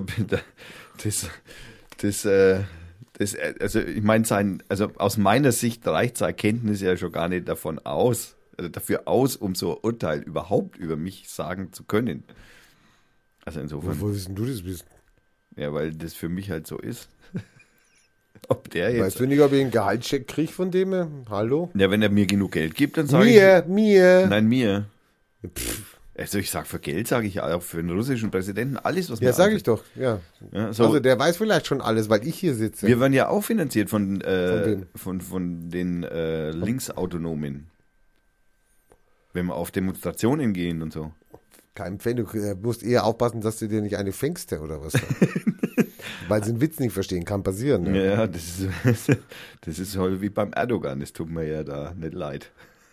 also ich meine, also aus meiner Sicht reicht seine Kenntnis ja schon gar nicht dafür aus, um so ein Urteil überhaupt über mich sagen zu können. Also insofern, Wo willst denn du das wissen? ja, weil das für mich halt so ist. Ob der jetzt, Weißt du nicht, ob ich einen Gehaltscheck kriege von dem? Hallo? ja, wenn er mir genug Geld gibt, dann sage ich, Mir. nein, mir. Pff. Also ich sag für Geld, sage ich auch für den russischen Präsidenten alles, was Ja, mir sag einfällt. ich doch. Ja. Ja, so, Also der weiß vielleicht schon alles, weil ich hier sitze. wir werden ja auch finanziert von wem? den Linksautonomen. Wenn wir auf Demonstrationen gehen und so. Kein Fan, du musst eher aufpassen, dass du dir nicht eine fängst oder was. Weil sie einen Witz nicht verstehen, kann passieren. Ne? Ja, das ist halt wie beim Erdogan, das tut mir ja da nicht leid.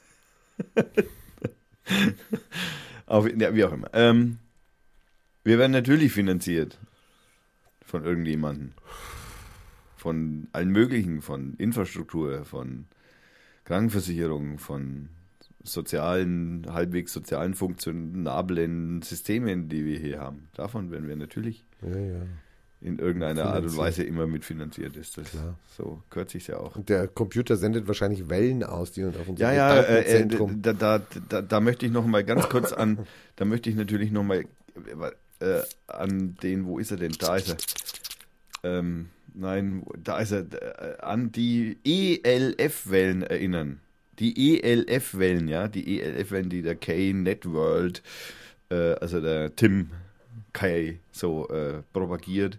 Ja, wie auch immer. Wir werden natürlich finanziert von irgendjemandem. Von allen möglichen, von Infrastruktur, von Krankenversicherung, von halbwegs sozialen, funktionablen Systemen, die wir hier haben. Davon werden wir natürlich Ja. in irgendeiner Art und Weise immer mitfinanziert. Ist das Klar. so kürzt sich ja auch. Und der Computer sendet wahrscheinlich Wellen aus, die auf unser Ja, Gedankenzentrum. da möchte ich noch mal ganz kurz da möchte ich natürlich noch mal an den, wo ist er denn? Da ist er. Nein, da ist er, an die ELF-Wellen erinnern. Die ELF-Wellen, ja, die ELF-Wellen, die der Kay Networld, also der Tim Kay so propagiert.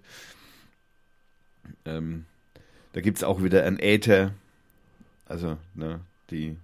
Da gibt es auch wieder ein Äther, also, ne, die.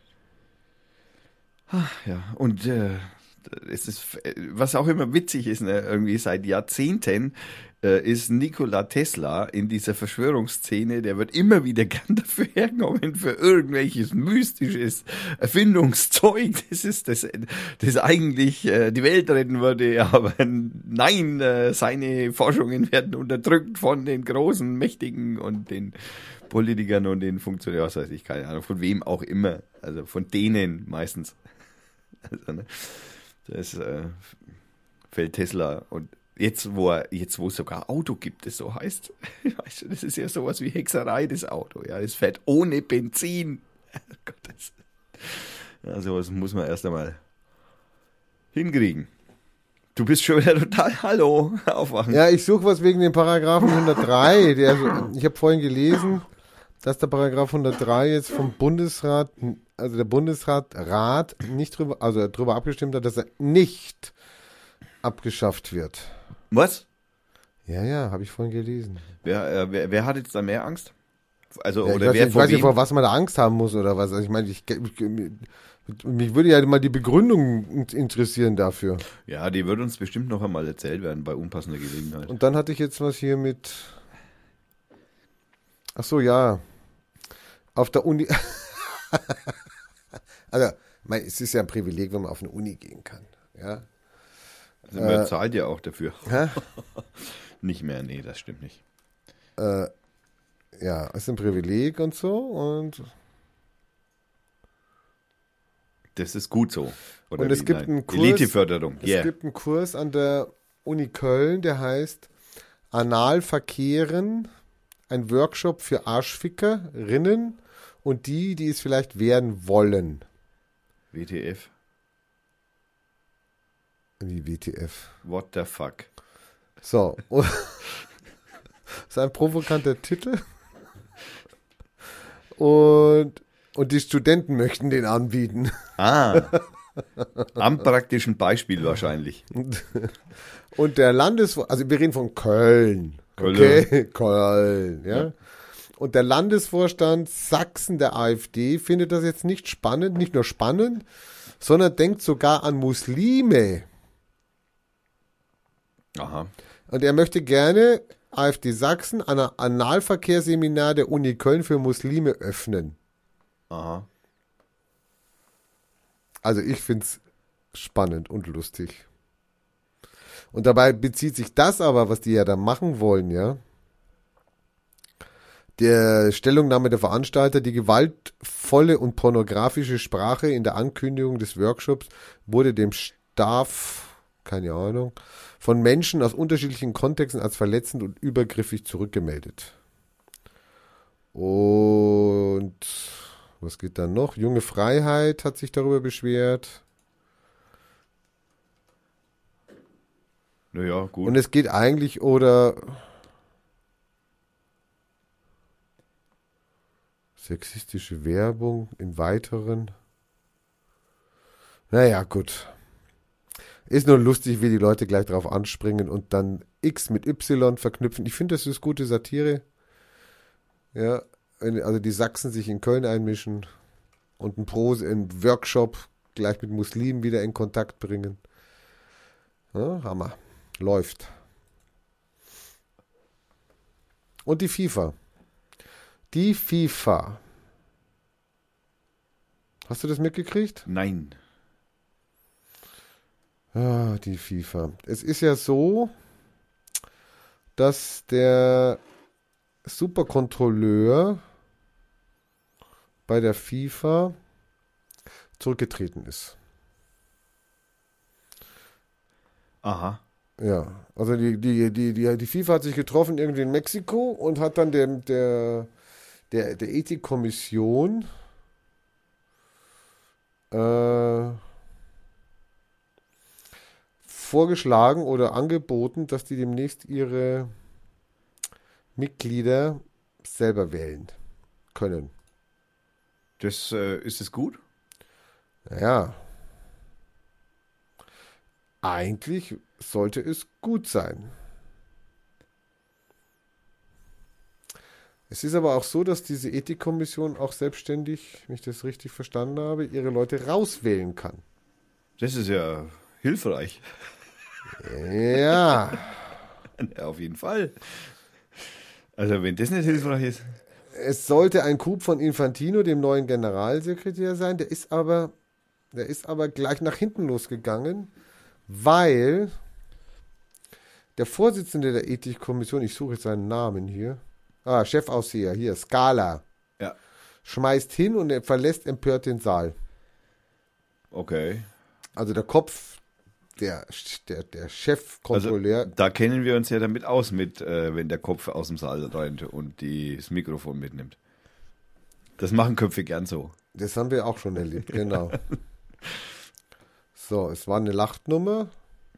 Ja, und es ist, was auch immer witzig ist, ne, irgendwie seit Jahrzehnten ist Nikola Tesla in dieser Verschwörungsszene, der wird immer wieder gern dafür hergenommen für irgendwelches mystisches Erfindungszeug, das eigentlich die Welt retten würde, aber nein, seine Forschungen werden unterdrückt von den großen Mächtigen und den Politikern und den Funktionären, was weiß ich, keine Ahnung, von wem auch immer, also von denen meistens. Also, ne, das fällt Tesla und jetzt, wo es sogar Auto gibt, das so heißt, weißt du, das ist ja sowas wie Hexerei, das Auto, ja, es fährt ohne Benzin. Ja, sowas muss man erst einmal hinkriegen. Du bist schon wieder total, hallo, aufwachen. Ja, ich suche was wegen dem Paragraphen 103. Ich habe vorhin gelesen, dass der Paragraph 103 jetzt vom Bundesrat, also der Bundesrat nicht drüber abgestimmt hat, dass er nicht abgeschafft wird. Was? Ja, habe ich vorhin gelesen. Wer hat jetzt da mehr Angst? Also, Ja, oder wer ich vor weiß nicht, wem? vor was man da Angst haben muss oder was. Also ich meine, mich würde ja mal die Begründung interessieren dafür. Ja, die wird uns bestimmt noch einmal erzählt werden bei unpassender Gelegenheit. Und dann hatte ich jetzt was hier mit. Ach so, ja. Auf der Uni. Also, es ist ja ein Privileg, wenn man auf eine Uni gehen kann. Ja. Also man zahlt ja auch dafür. Hä? Nicht mehr, nee, das stimmt nicht. Ja, es ist ein Privileg und so. Und Das ist gut so. Oder Und es wie? gibt Nein. einen Kurs. Eliteförderung, Es yeah. gibt einen Kurs an der Uni Köln, der heißt Analverkehren, ein Workshop für Arschfickerinnen und die es vielleicht werden wollen. WTF. Wie WTF. What the fuck. So. ist ein provokanter Titel. Und die Studenten möchten den anbieten. Ah, am praktischen Beispiel wahrscheinlich. Und der also wir reden von Köln. Köln. Okay, Köln, ja. Und der Landesvorstand Sachsen der AfD findet das jetzt nicht spannend, nicht nur spannend, sondern denkt sogar an Muslime. Aha. Und er möchte gerne AfD Sachsen ein Analverkehrsseminar der Uni Köln für Muslime öffnen. Aha. Also ich finde es spannend und lustig. Und dabei bezieht sich das aber, was die ja da machen wollen, ja, der Stellungnahme der Veranstalter, die gewaltvolle und pornografische Sprache in der Ankündigung des Workshops wurde dem Staff, keine Ahnung, von Menschen aus unterschiedlichen Kontexten als verletzend und übergriffig zurückgemeldet. Und was geht dann noch? Junge Freiheit hat sich darüber beschwert. Naja, gut. Und es geht eigentlich, oder sexistische Werbung im Weiteren. Naja, gut. Ist nur lustig, wie die Leute gleich drauf anspringen und dann X mit Y verknüpfen. Ich finde, das ist gute Satire. Ja, also die Sachsen sich in Köln einmischen und einen Workshop gleich mit Muslimen wieder in Kontakt bringen. Ja, Hammer. Läuft. Und die FIFA. Die FIFA. Hast du das mitgekriegt? Nein. Ah, die FIFA. Es ist ja so, dass der Superkontrolleur bei der FIFA zurückgetreten ist. Aha. Ja, also die FIFA hat sich getroffen irgendwie in Mexiko und hat dann der Ethikkommission vorgeschlagen oder angeboten, dass die demnächst ihre Mitglieder selber wählen können. Ist es gut? Naja, eigentlich sollte es gut sein. Es ist aber auch so, dass diese Ethikkommission auch selbstständig, wenn ich das richtig verstanden habe, ihre Leute rauswählen kann. Das ist ja hilfreich. Ja. Ja, auf jeden Fall. Also wenn das nicht hilfreich ist. Es sollte ein Coup von Infantino, dem neuen Generalsekretär, sein. Der ist aber gleich nach hinten losgegangen, weil der Vorsitzende der Ethikkommission, ich suche jetzt seinen Namen hier, Chefausseher, hier, Scala, Ja. schmeißt hin und er verlässt empört den Saal. Okay. Also der Kopf, der Chefkontrolleur. Also, da kennen wir uns ja damit aus, wenn der Kopf aus dem Saal rennt und das Mikrofon mitnimmt. Das machen Köpfe gern so. Das haben wir auch schon erlebt, genau. So, es war eine Lachnummer.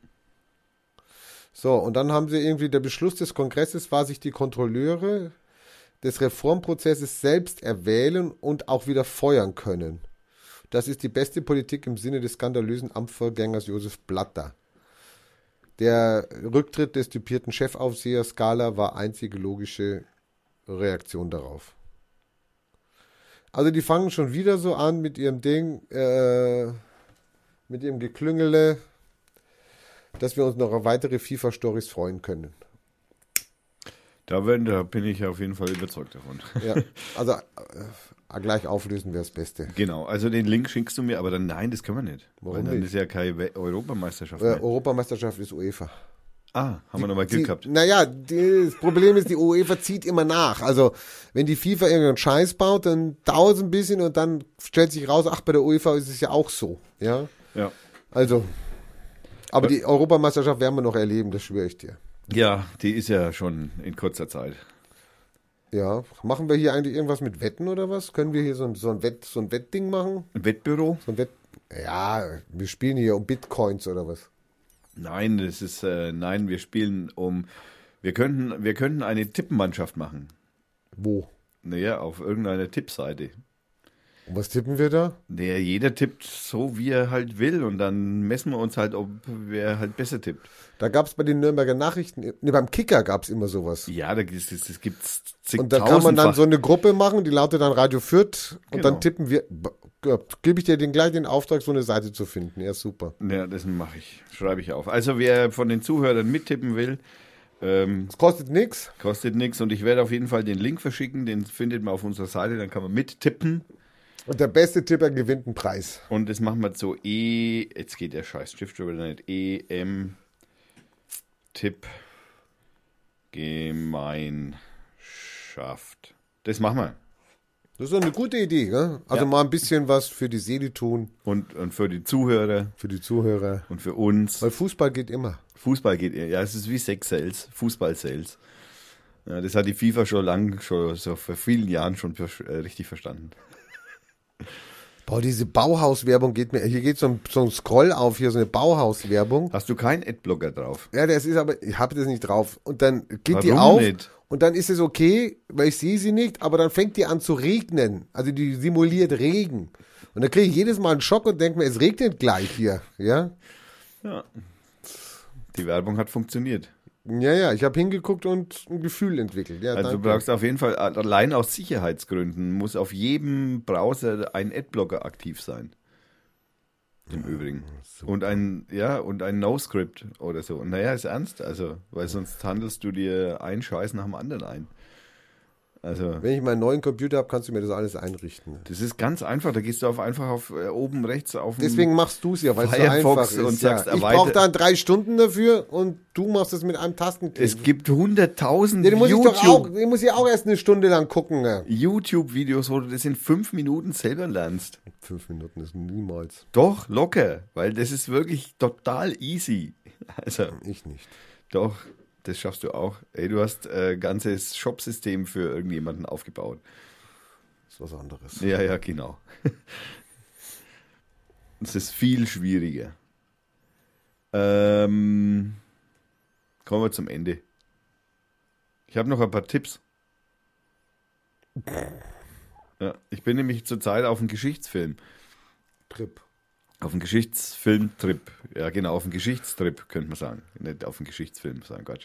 So, und dann haben sie irgendwie, der Beschluss des Kongresses war, sich die Kontrolleure des Reformprozesses selbst erwählen und auch wieder feuern können. Das ist die beste Politik im Sinne des skandalösen Amtsvorgängers Josef Blatter. Der Rücktritt des typierten Chefaufsehers Scala war einzige logische Reaktion darauf. Also die fangen schon wieder so an mit ihrem Ding, mit ihrem Geklüngele, dass wir uns noch auf weitere FIFA-Stories freuen können. Da bin ich auf jeden Fall überzeugt davon. Ja, also gleich auflösen wäre das Beste. Genau, also den Link schickst du mir, aber dann nein, das können wir nicht. Warum weil dann nicht? ist ja keine Europameisterschaft mehr. Europameisterschaft ist UEFA. Haben wir nochmal Glück gehabt. Naja, das Problem ist, die UEFA zieht immer nach. Also, wenn die FIFA irgendeinen Scheiß baut, dann dauert es ein bisschen und dann stellt sich raus, ach, bei der UEFA ist es ja auch so. Ja. Ja. Also, aber die Europameisterschaft werden wir noch erleben, das schwöre ich dir. Ja, die ist ja schon in kurzer Zeit. Ja, machen wir hier eigentlich irgendwas mit Wetten oder was? Können wir hier so ein Wettding machen? Ein Wettbüro? Ja, wir spielen hier um Bitcoins oder was? Nein, wir spielen um Wir könnten eine Tippenmannschaft machen. Wo? Naja, auf irgendeiner Tippseite. Und was tippen wir da? Naja, jeder tippt so, wie er halt will und dann messen wir uns halt, ob wer halt besser tippt. Da gab es bei den Nürnberger Nachrichten, ne, beim Kicker gab es immer sowas. Ja, das gibt's Und da kann man dann zigtausendfach. so eine Gruppe machen, die lautet dann Radio Fürth und Genau. dann tippen wir, gebe ich dir gleich den Auftrag, so eine Seite zu finden. Ja, super. Ja, das mache ich, schreibe ich auf. Also wer von den Zuhörern mittippen will, Es kostet nichts. kostet nichts und ich werde auf jeden Fall den Link verschicken, den findet man auf unserer Seite, dann kann man mittippen Und der beste Tipper gewinnt einen Preis. und das machen wir so jetzt geht der scheiß Stift schon wieder nicht, Tipp Gemeinschaft. Das machen wir. Das ist doch eine gute Idee, gell? Also Ja. mal ein bisschen was für die Seele tun, Und für die Zuhörer für die Zuhörer. und für uns. Weil Fußball geht immer. Fußball geht, ja, es ist wie Sex-Sales, Fußball-Sales. Ja, das hat die FIFA schon so vor vielen Jahren schon richtig verstanden. Boah, diese Bauhaus-Werbung geht mir, hier geht so ein Scroll auf, hier so eine Bauhaus-Werbung. Hast du keinen Adblocker drauf? Ja, das ist aber, ich habe das nicht drauf. Und dann geht die Warum auf nicht? und dann ist es okay, weil ich sehe sie nicht, aber dann fängt die an zu regnen. Also die simuliert Regen. Und dann kriege ich jedes Mal einen Schock und denke mir, es regnet gleich hier. Ja, Ja. Die Werbung hat funktioniert. ja, ich habe hingeguckt und ein Gefühl entwickelt. Ja, Also du danke. brauchst auf jeden Fall, allein aus Sicherheitsgründen, muss auf jedem Browser ein Adblocker aktiv sein. Im Übrigen. Und ein No-Script oder so. Und naja, ist ernst, also, weil sonst handelst du dir einen Scheiß nach dem anderen ein. Also, Wenn ich meinen neuen Computer habe, kannst du mir das alles einrichten. das ist ganz einfach, da gehst du einfach auf oben rechts auf den Deswegen machst du es ja, weil es so Firefox einfach ist. und sagst, ja. Ich erweiter- brauche dann 3 Stunden dafür und du machst es mit einem Tastenklick. Es gibt 100.000 Ja, den muss ich auch erst eine Stunde lang gucken. Ja. YouTube-Videos, wo du das in 5 Minuten selber lernst. 5 Minuten ist niemals. Doch, locker, weil das ist wirklich total easy. Also, Ich nicht. doch, das schaffst du auch. Ey, du hast ein ganzes Shop-System für irgendjemanden aufgebaut. Das ist was anderes. Ja, ja, genau. Das ist viel schwieriger. Kommen wir zum Ende. Ich habe noch ein paar Tipps. Ja, ich bin nämlich zurzeit auf einem Geschichtsfilm. Trip. Auf einem Geschichtsfilmtrip. Ja, genau, auf einem Geschichtstrip, könnte man sagen. Nicht auf einem Geschichtsfilm, sagen Quatsch.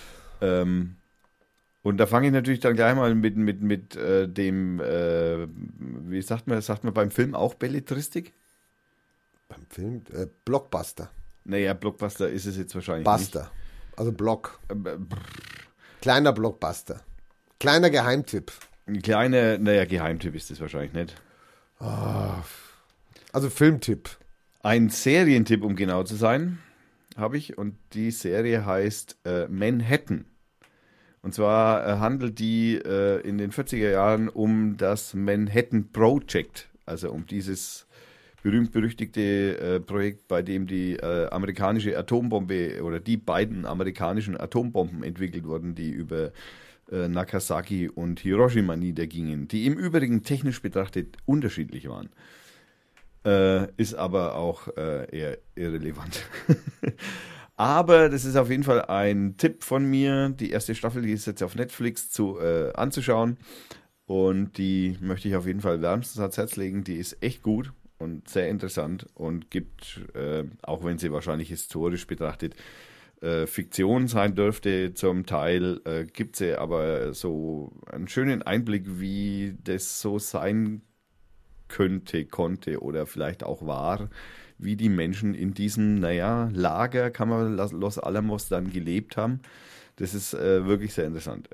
Und da fange ich natürlich dann gleich mal mit dem, wie sagt man beim Film auch Belletristik? Beim Film, Blockbuster. Naja, Blockbuster ist es jetzt wahrscheinlich Buster. Also Block. nicht. Kleiner Blockbuster. Kleiner Geheimtipp. Ein kleiner, naja, Geheimtipp ist es wahrscheinlich nicht. Also Filmtipp. Ein Serientipp, um genau zu sein, habe ich. Und die Serie heißt Manhattan. Und zwar handelt die in den 40er Jahren um das Manhattan Project. Also um dieses berühmt-berüchtigte Projekt, bei dem die amerikanische Atombombe oder die beiden amerikanischen Atombomben entwickelt wurden, die über Nagasaki und Hiroshima niedergingen, die im Übrigen technisch betrachtet unterschiedlich waren. Ist aber auch eher irrelevant. Aber das ist auf jeden Fall ein Tipp von mir. Die erste Staffel, die ist jetzt auf Netflix anzuschauen. Und die möchte ich auf jeden Fall wärmstens ans Herz legen. Die ist echt gut und sehr interessant und gibt, auch wenn sie wahrscheinlich historisch betrachtet Fiktion sein dürfte zum Teil, gibt sie aber so einen schönen Einblick, wie das so sein konnte oder vielleicht auch war, wie die Menschen in diesem, Lager, kann man Los Alamos dann gelebt haben. Das ist wirklich sehr interessant.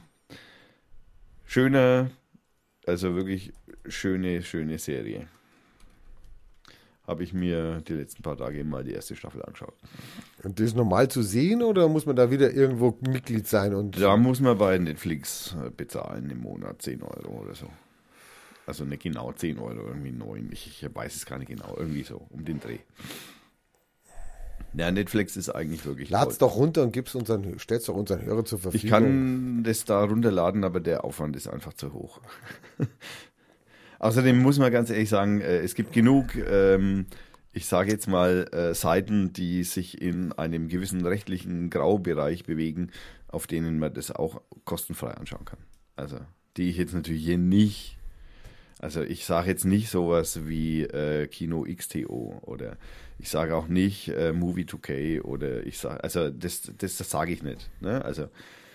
Also wirklich schöne Serie. Habe ich mir die letzten paar Tage mal die erste Staffel angeschaut. Und das ist normal zu sehen oder muss man da wieder irgendwo Mitglied sein? Und Da muss man bei Netflix bezahlen im Monat 10 Euro oder so. Also nicht genau 10 Euro, irgendwie 9. Ich weiß es gar nicht genau, irgendwie so um den Dreh. Ja, Netflix ist eigentlich wirklich lad's toll. doch runter und stell's doch unseren Hörer zur Verfügung. Ich kann das da runterladen, aber der Aufwand ist einfach zu hoch. Außerdem muss man ganz ehrlich sagen, es gibt genug, ich sage jetzt mal, Seiten, die sich in einem gewissen rechtlichen Graubereich bewegen, auf denen man das auch kostenfrei anschauen kann. Also die ich jetzt natürlich hier nicht, also ich sage jetzt nicht sowas wie Kino XTO oder ich sage auch nicht Movie 2K oder ich sage, also das sage ich nicht. Ne? Also,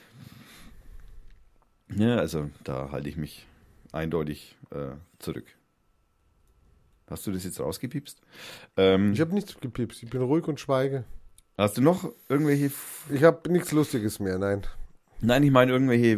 ja, also da halte ich mich eindeutig zurück. Hast du das jetzt rausgepiepst? Ich habe nichts gepiepst, ich bin ruhig und schweige. Hast du noch irgendwelche... Ich habe nichts Lustiges mehr, nein. Nein, ich meine irgendwelche,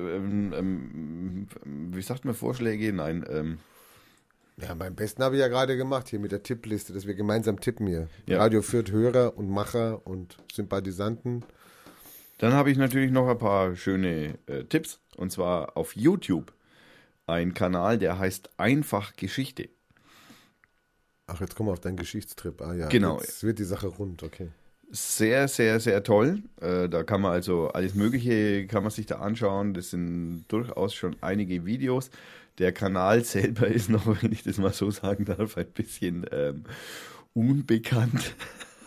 wie sagt man, Vorschläge? Nein, Ja, beim Besten habe ich ja gerade gemacht, hier mit der Tippliste, dass wir gemeinsam tippen hier. Ja. Radio Fürth Hörer und Macher und Sympathisanten. Dann habe ich natürlich noch ein paar schöne Tipps. Und zwar auf YouTube. Ein Kanal, der heißt Einfach Geschichte. Ach, jetzt kommen wir auf deinen Geschichtstrip. Ah ja, Genau. jetzt wird die Sache rund, okay. Sehr, sehr, sehr toll. Da kann man also alles Mögliche kann man sich da anschauen. Das sind durchaus schon einige Videos. Der Kanal selber ist noch, wenn ich das mal so sagen darf, ein bisschen unbekannt.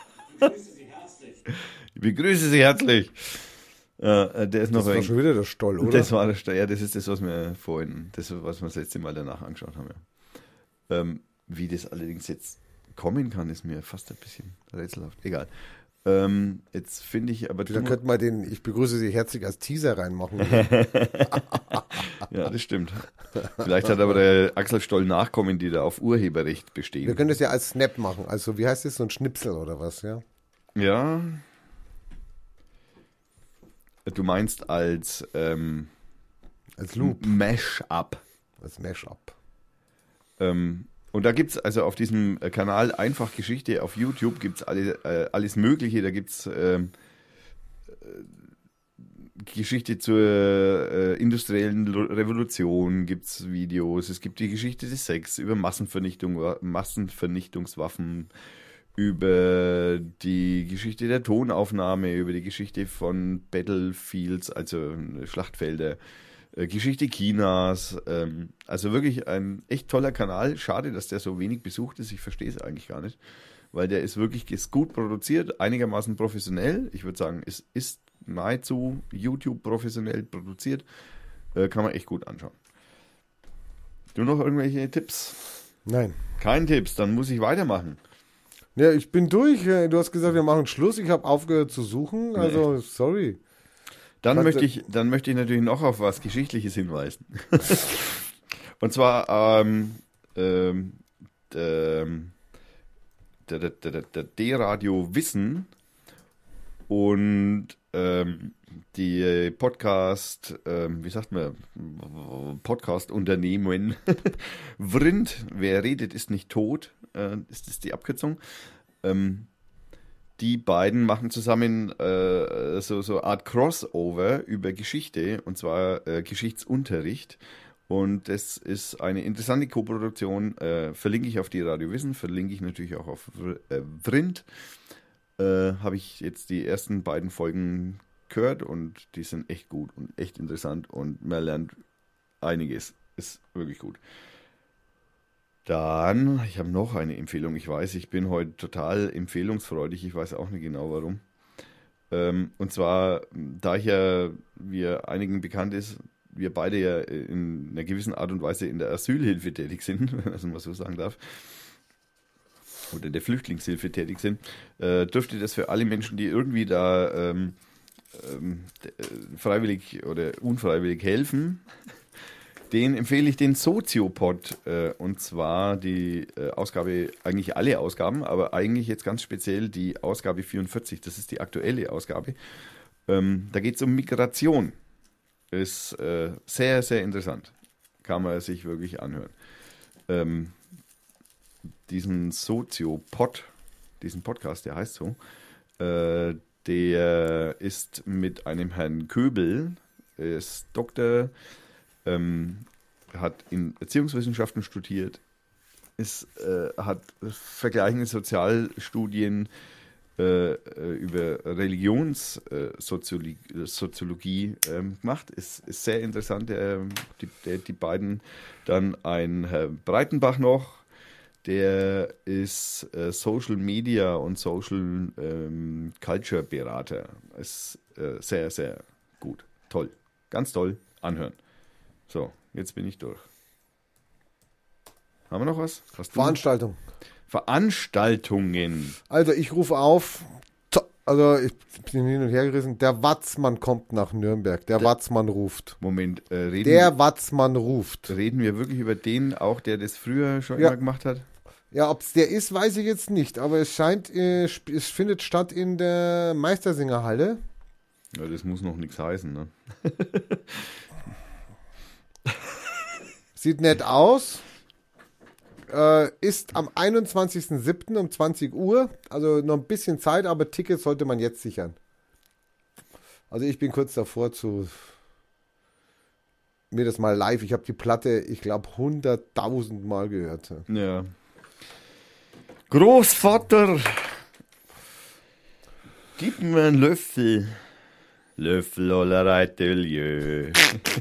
Ich begrüße Sie herzlich. Der ist noch Das war schon wieder der Stoll, oder? Das war der Stoll. Ja, das ist das, was wir vorhin, was wir das letzte Mal danach angeschaut haben. Ja. Wie das allerdings jetzt kommen kann, ist mir fast ein bisschen rätselhaft. Egal. Jetzt finde ich aber... Da könnte man den Ich begrüße Sie herzlich als Teaser reinmachen. Ja, das stimmt. Vielleicht hat aber der Axel Stoll Nachkommen, die da auf Urheberrecht bestehen. Wir können das ja als Snap machen. Also, wie heißt das? So ein Schnipsel oder was, ja? Ja. Du meinst als Loop. Mash-up. Als Mash-up. Und da gibt es also auf diesem Kanal Einfach Geschichte auf YouTube gibt es alles Mögliche. Da gibt es Geschichte zur industriellen Revolution, gibt es Videos. Es gibt die Geschichte des Sex über Massenvernichtungswaffen, über die Geschichte der Tonaufnahme, über die Geschichte von Battlefields, also Schlachtfelder. Geschichte Chinas, also wirklich ein echt toller Kanal. Schade, dass der so wenig besucht ist. Ich verstehe es eigentlich gar nicht, weil der ist gut produziert, einigermaßen professionell. Ich würde sagen, es ist nahezu YouTube professionell produziert. Kann man echt gut anschauen. Du noch irgendwelche Tipps? Nein. Kein Tipps, dann muss ich weitermachen. Ja, ich bin durch. Du hast gesagt, wir machen Schluss. Ich habe aufgehört zu suchen. Also, sorry. Dann möchte ich natürlich noch auf was Geschichtliches hinweisen. Und zwar der D-Radio Wissen und die Podcast, wie sagt man, Podcast-Unternehmen Vrind, wer redet, ist nicht tot, ist das die Abkürzung. Die beiden machen zusammen so Art Crossover über Geschichte, und zwar Geschichtsunterricht. Und das ist eine interessante Koproduktion. Verlinke ich auf die Radio Wissen, verlinke ich natürlich auch auf Vrind. Habe ich jetzt die ersten beiden Folgen gehört und die sind echt gut und echt interessant und man lernt einiges. Ist wirklich gut. Dann, ich habe noch eine Empfehlung. Ich weiß, ich bin heute total empfehlungsfreudig. Ich weiß auch nicht genau warum. Und zwar, da wie einigen bekannt ist, wir beide ja in einer gewissen Art und Weise in der Asylhilfe tätig sind, wenn man das mal so sagen darf, oder in der Flüchtlingshilfe tätig sind, dürfte das für alle Menschen, die irgendwie da freiwillig oder unfreiwillig helfen, den empfehle ich den Soziopod, und zwar die Ausgabe, eigentlich alle Ausgaben, aber eigentlich jetzt ganz speziell die Ausgabe 44, das ist die aktuelle Ausgabe. Da geht es um Migration. Ist sehr, sehr interessant. Kann man sich wirklich anhören. Diesen Soziopod, diesen Podcast, der heißt so, der ist mit einem Herrn Köbel, er ist Doktor, hat in Erziehungswissenschaften studiert, hat vergleichende Sozialstudien über Religionssoziologie gemacht. Ist sehr interessant. Die beiden, dann ein Herr Breitenbach noch, der ist Social Media und Social Culture Berater. Ist sehr, sehr gut, toll, ganz toll, anhören. So, jetzt bin ich durch. Haben wir noch was? Veranstaltung. Veranstaltungen. Also ich rufe auf, also ich bin hin und her gerissen, der Watzmann kommt nach Nürnberg, der Watzmann ruft. Moment, Watzmann ruft. Reden wir wirklich über den auch, der das früher schon Ja. immer gemacht hat? Ja, ob es der ist, weiß ich jetzt nicht, aber es scheint, es findet statt in der Meistersingerhalle. Ja, das muss noch nichts heißen, ne? Sieht nett aus. Ist am 21.07. um 20 Uhr. Also noch ein bisschen Zeit, aber Tickets sollte man jetzt sichern. Also ich bin kurz davor mir das mal live. Ich habe die Platte, ich glaube, 100.000 Mal gehört. Ja. Großvater, gib mir einen Löffel. Löffel oder Reitelieu.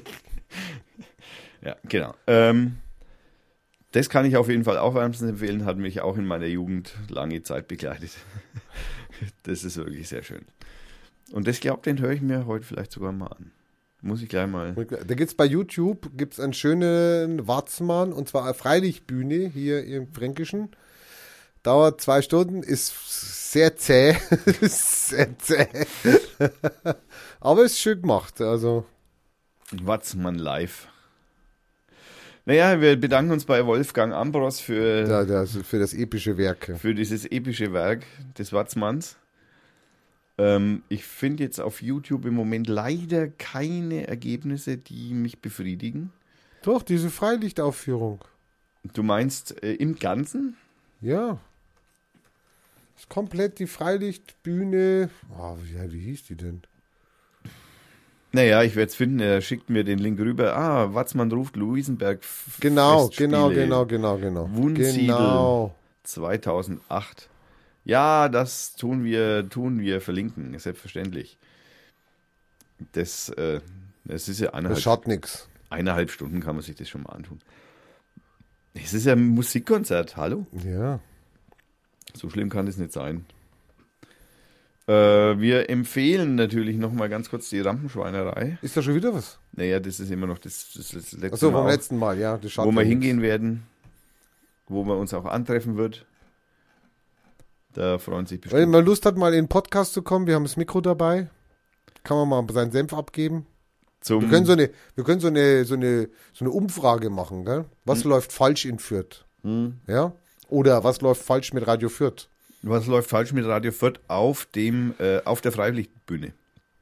Ja, genau. Das kann ich auf jeden Fall auch wärmstens empfehlen, hat mich auch in meiner Jugend lange Zeit begleitet. Das ist wirklich sehr schön. Und das glaubt, den höre ich mir heute vielleicht sogar mal an. Muss ich gleich mal. Da gibt es bei YouTube einen schönen Watzmann, und zwar eine Freilichtbühne hier im Fränkischen. Dauert 2 Stunden, ist sehr zäh. Sehr zäh. Aber ist schön gemacht. Also. Watzmann live. Naja, wir bedanken uns bei Wolfgang Ambros für das epische Werk. Für dieses epische Werk des Watzmanns. Ich finde jetzt auf YouTube im Moment leider keine Ergebnisse, die mich befriedigen. Doch, diese Freilichtaufführung. Du meinst im Ganzen? Ja. Ist komplett die Freilichtbühne. Oh, wie hieß die denn? Naja, ich werde es finden, er schickt mir den Link rüber. Watzmann ruft Luisenberg. Genau. Wunsiedel Genau. 2008. Ja, das tun wir verlinken, selbstverständlich. Das ist ja Das schaut nix. 1,5 Stunden kann man sich das schon mal antun. Es ist ja ein Musikkonzert, hallo? Ja. So schlimm kann das nicht sein. Wir empfehlen natürlich nochmal ganz kurz die Rampenschweinerei. Ist da schon wieder was? Naja, das ist immer noch das letzte Achso, vom Mal, letzten Mal, ja. Das schaut wo wir nix. hingehen werden, wo man uns auch antreffen wird. Da freuen sich bestimmt. Wenn man Lust hat, mal in den Podcast zu kommen, wir haben das Mikro dabei. Kann man mal seinen Senf abgeben. Wir können so eine Umfrage machen, gell? Was läuft falsch in Fürth? Ja? Oder was läuft falsch mit Radio Fürth? Was läuft falsch mit Radio Fürth auf der Freilichtbühne?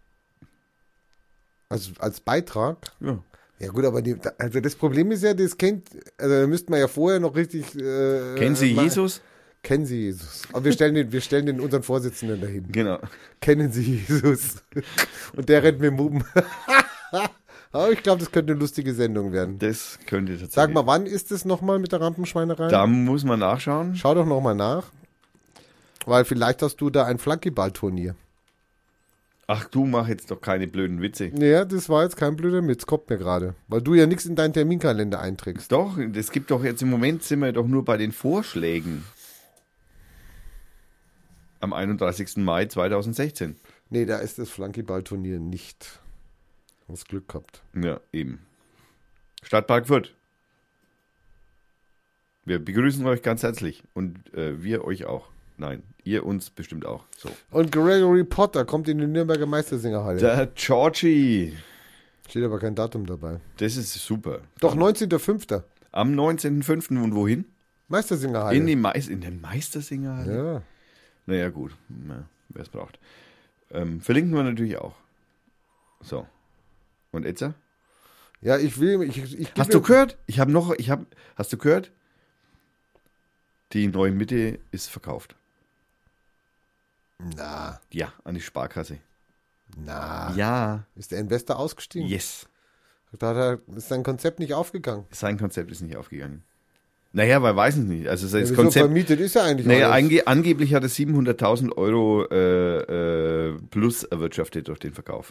Also als Beitrag? Ja. Ja gut, aber also das Problem ist ja, da müsste man ja vorher noch richtig... Kennen Sie Jesus? Kennen Sie Jesus. Aber wir stellen den unseren Vorsitzenden dahin. Genau. Kennen Sie Jesus. Und der rennt mit dem Muben. Aber ich glaube, das könnte eine lustige Sendung werden. Das könnte tatsächlich. Sag mal, wann ist es nochmal mit der Rampenschweinerei? Da muss man nachschauen. Schau doch nochmal nach. Weil vielleicht hast du da ein Flankyball-Turnier. Ach, du mach jetzt doch keine blöden Witze. Ja, das war jetzt kein blöder Witz, kommt mir gerade. Weil du ja nichts in deinen Terminkalender einträgst. Doch, das gibt doch jetzt im Moment, sind wir doch nur bei den Vorschlägen. Am 31. Mai 2016. Nee, da ist das Flankyball-Turnier nicht. Hast Glück gehabt. Ja, eben. Stadtpark Fürth. Wir begrüßen euch ganz herzlich. Und wir euch auch. Nein, ihr uns bestimmt auch. So. Und Gregory Potter kommt in die Nürnberger Meistersingerhalle. Der Georgie. Steht aber kein Datum dabei. Das ist super. Doch, 19.05. Am 19.05. und wohin? Meistersingerhalle. In der Meistersingerhalle? Ja. Naja, gut. Wer es braucht. Verlinken wir natürlich auch. So. Und Etzer? Ja, ich Hast du gehört? Hast du gehört? Die neue Mitte ist verkauft. Na. Ja, an die Sparkasse. Na. Ja. Ist der Investor ausgestiegen? Yes. Ist sein Konzept nicht aufgegangen? Sein Konzept ist nicht aufgegangen. Naja, weil weiß ich nicht. Also das Ja, Konzept. Vermietet ist ja eigentlich Naja, alles. angeblich hat er 700.000 Euro plus erwirtschaftet durch den Verkauf.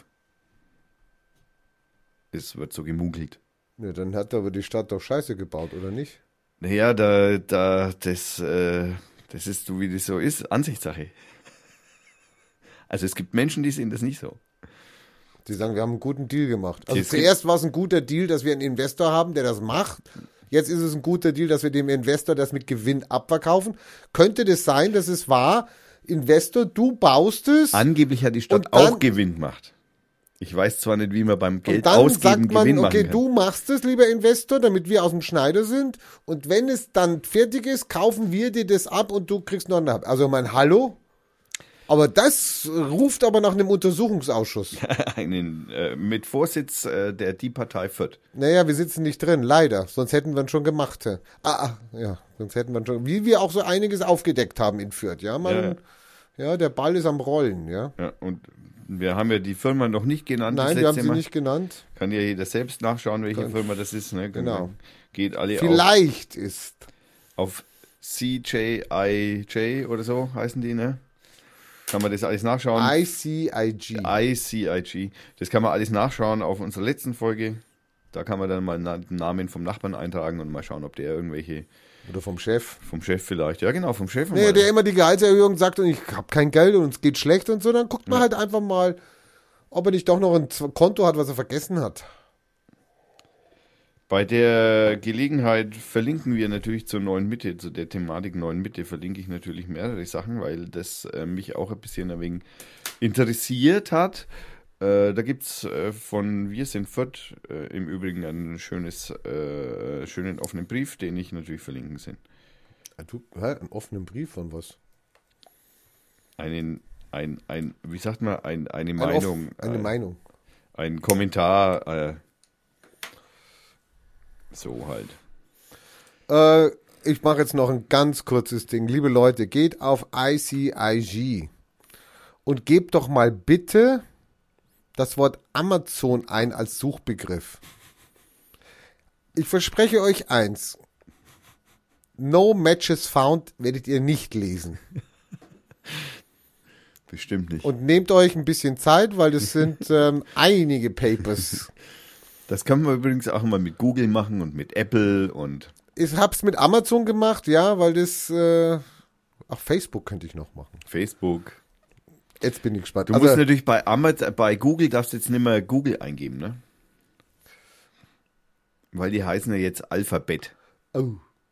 Es wird so gemunkelt. Ja, dann hat aber die Stadt doch Scheiße gebaut, oder nicht? Naja, das ist so, wie das so ist, Ansichtssache. Also es gibt Menschen, die sehen das nicht so. Die sagen, wir haben einen guten Deal gemacht. Also Jetzt zuerst war es ein guter Deal, dass wir einen Investor haben, der das macht. Jetzt ist es ein guter Deal, dass wir dem Investor das mit Gewinn abverkaufen. Könnte das sein, dass es war, Investor, du baust es. Angeblich hat die Stadt Und dann- auch Gewinn gemacht. Ich weiß zwar nicht, wie man beim Geld Und dann ausgeben sagt man, Gewinn okay, machen kann. du machst es, lieber Investor, damit wir aus dem Schneider sind. Und wenn es dann fertig ist, kaufen wir dir das ab und du kriegst noch eine. Also mein Hallo? Aber das ruft aber nach einem Untersuchungsausschuss. Mit Vorsitz der Die Partei Fürth. Naja, wir sitzen nicht drin, leider. Sonst hätten wir ihn schon gemacht. Ja, sonst hätten wir ihn schon. Wie wir auch so einiges aufgedeckt haben in Fürth. Ja, der Ball ist am Rollen, ja. Ja, und wir haben ja die Firma noch nicht genannt. Nein, das wir haben letzte sie Mal. nicht genannt. Kann ja jeder selbst nachschauen, welche Firma das ist. Ne? Genau. Geht alle Vielleicht ist. auf CJIJ oder so heißen die, ne? Kann man das alles nachschauen. ICIG. ICIG. Das kann man alles nachschauen auf unserer letzten Folge. Da kann man dann mal den Namen vom Nachbarn eintragen und mal schauen, ob der irgendwelche Oder vom Chef. vom Chef vielleicht. Ja, genau, vom Chef. Nee, der immer die Gehaltserhöhung sagt und ich habe kein Geld und uns geht schlecht und so, dann guckt man halt einfach mal, ob er nicht doch noch ein Konto hat, was er vergessen hat. Bei der Gelegenheit verlinken wir natürlich zur Neuen Mitte, zu der Thematik Neuen Mitte, verlinke ich natürlich mehrere Sachen, weil das mich auch ein bisschen ein wenig interessiert hat. Da gibt es von Wir sind Fürth im Übrigen einen schönen offenen Brief, den ich natürlich verlinken sind. Einen offenen Brief von was? Wie sagt man, eine Meinung. Eine Meinung. Ein Kommentar. So halt. Ich mache jetzt noch ein ganz kurzes Ding. Liebe Leute, geht auf ICIG und gebt doch mal bitte das Wort Amazon ein als Suchbegriff. Ich verspreche euch eins. No Matches Found werdet ihr nicht lesen. Bestimmt nicht. Und nehmt euch ein bisschen Zeit, weil das sind einige Papers. Das kann man übrigens auch immer mit Google machen und mit Apple und... Ich hab's mit Amazon gemacht, ja, weil das... Auch Facebook könnte ich noch machen. Facebook. Jetzt bin ich gespannt. Du musst natürlich bei Google darfst jetzt nicht mehr Google eingeben, ne? Weil die heißen ja jetzt Alphabet. Oh.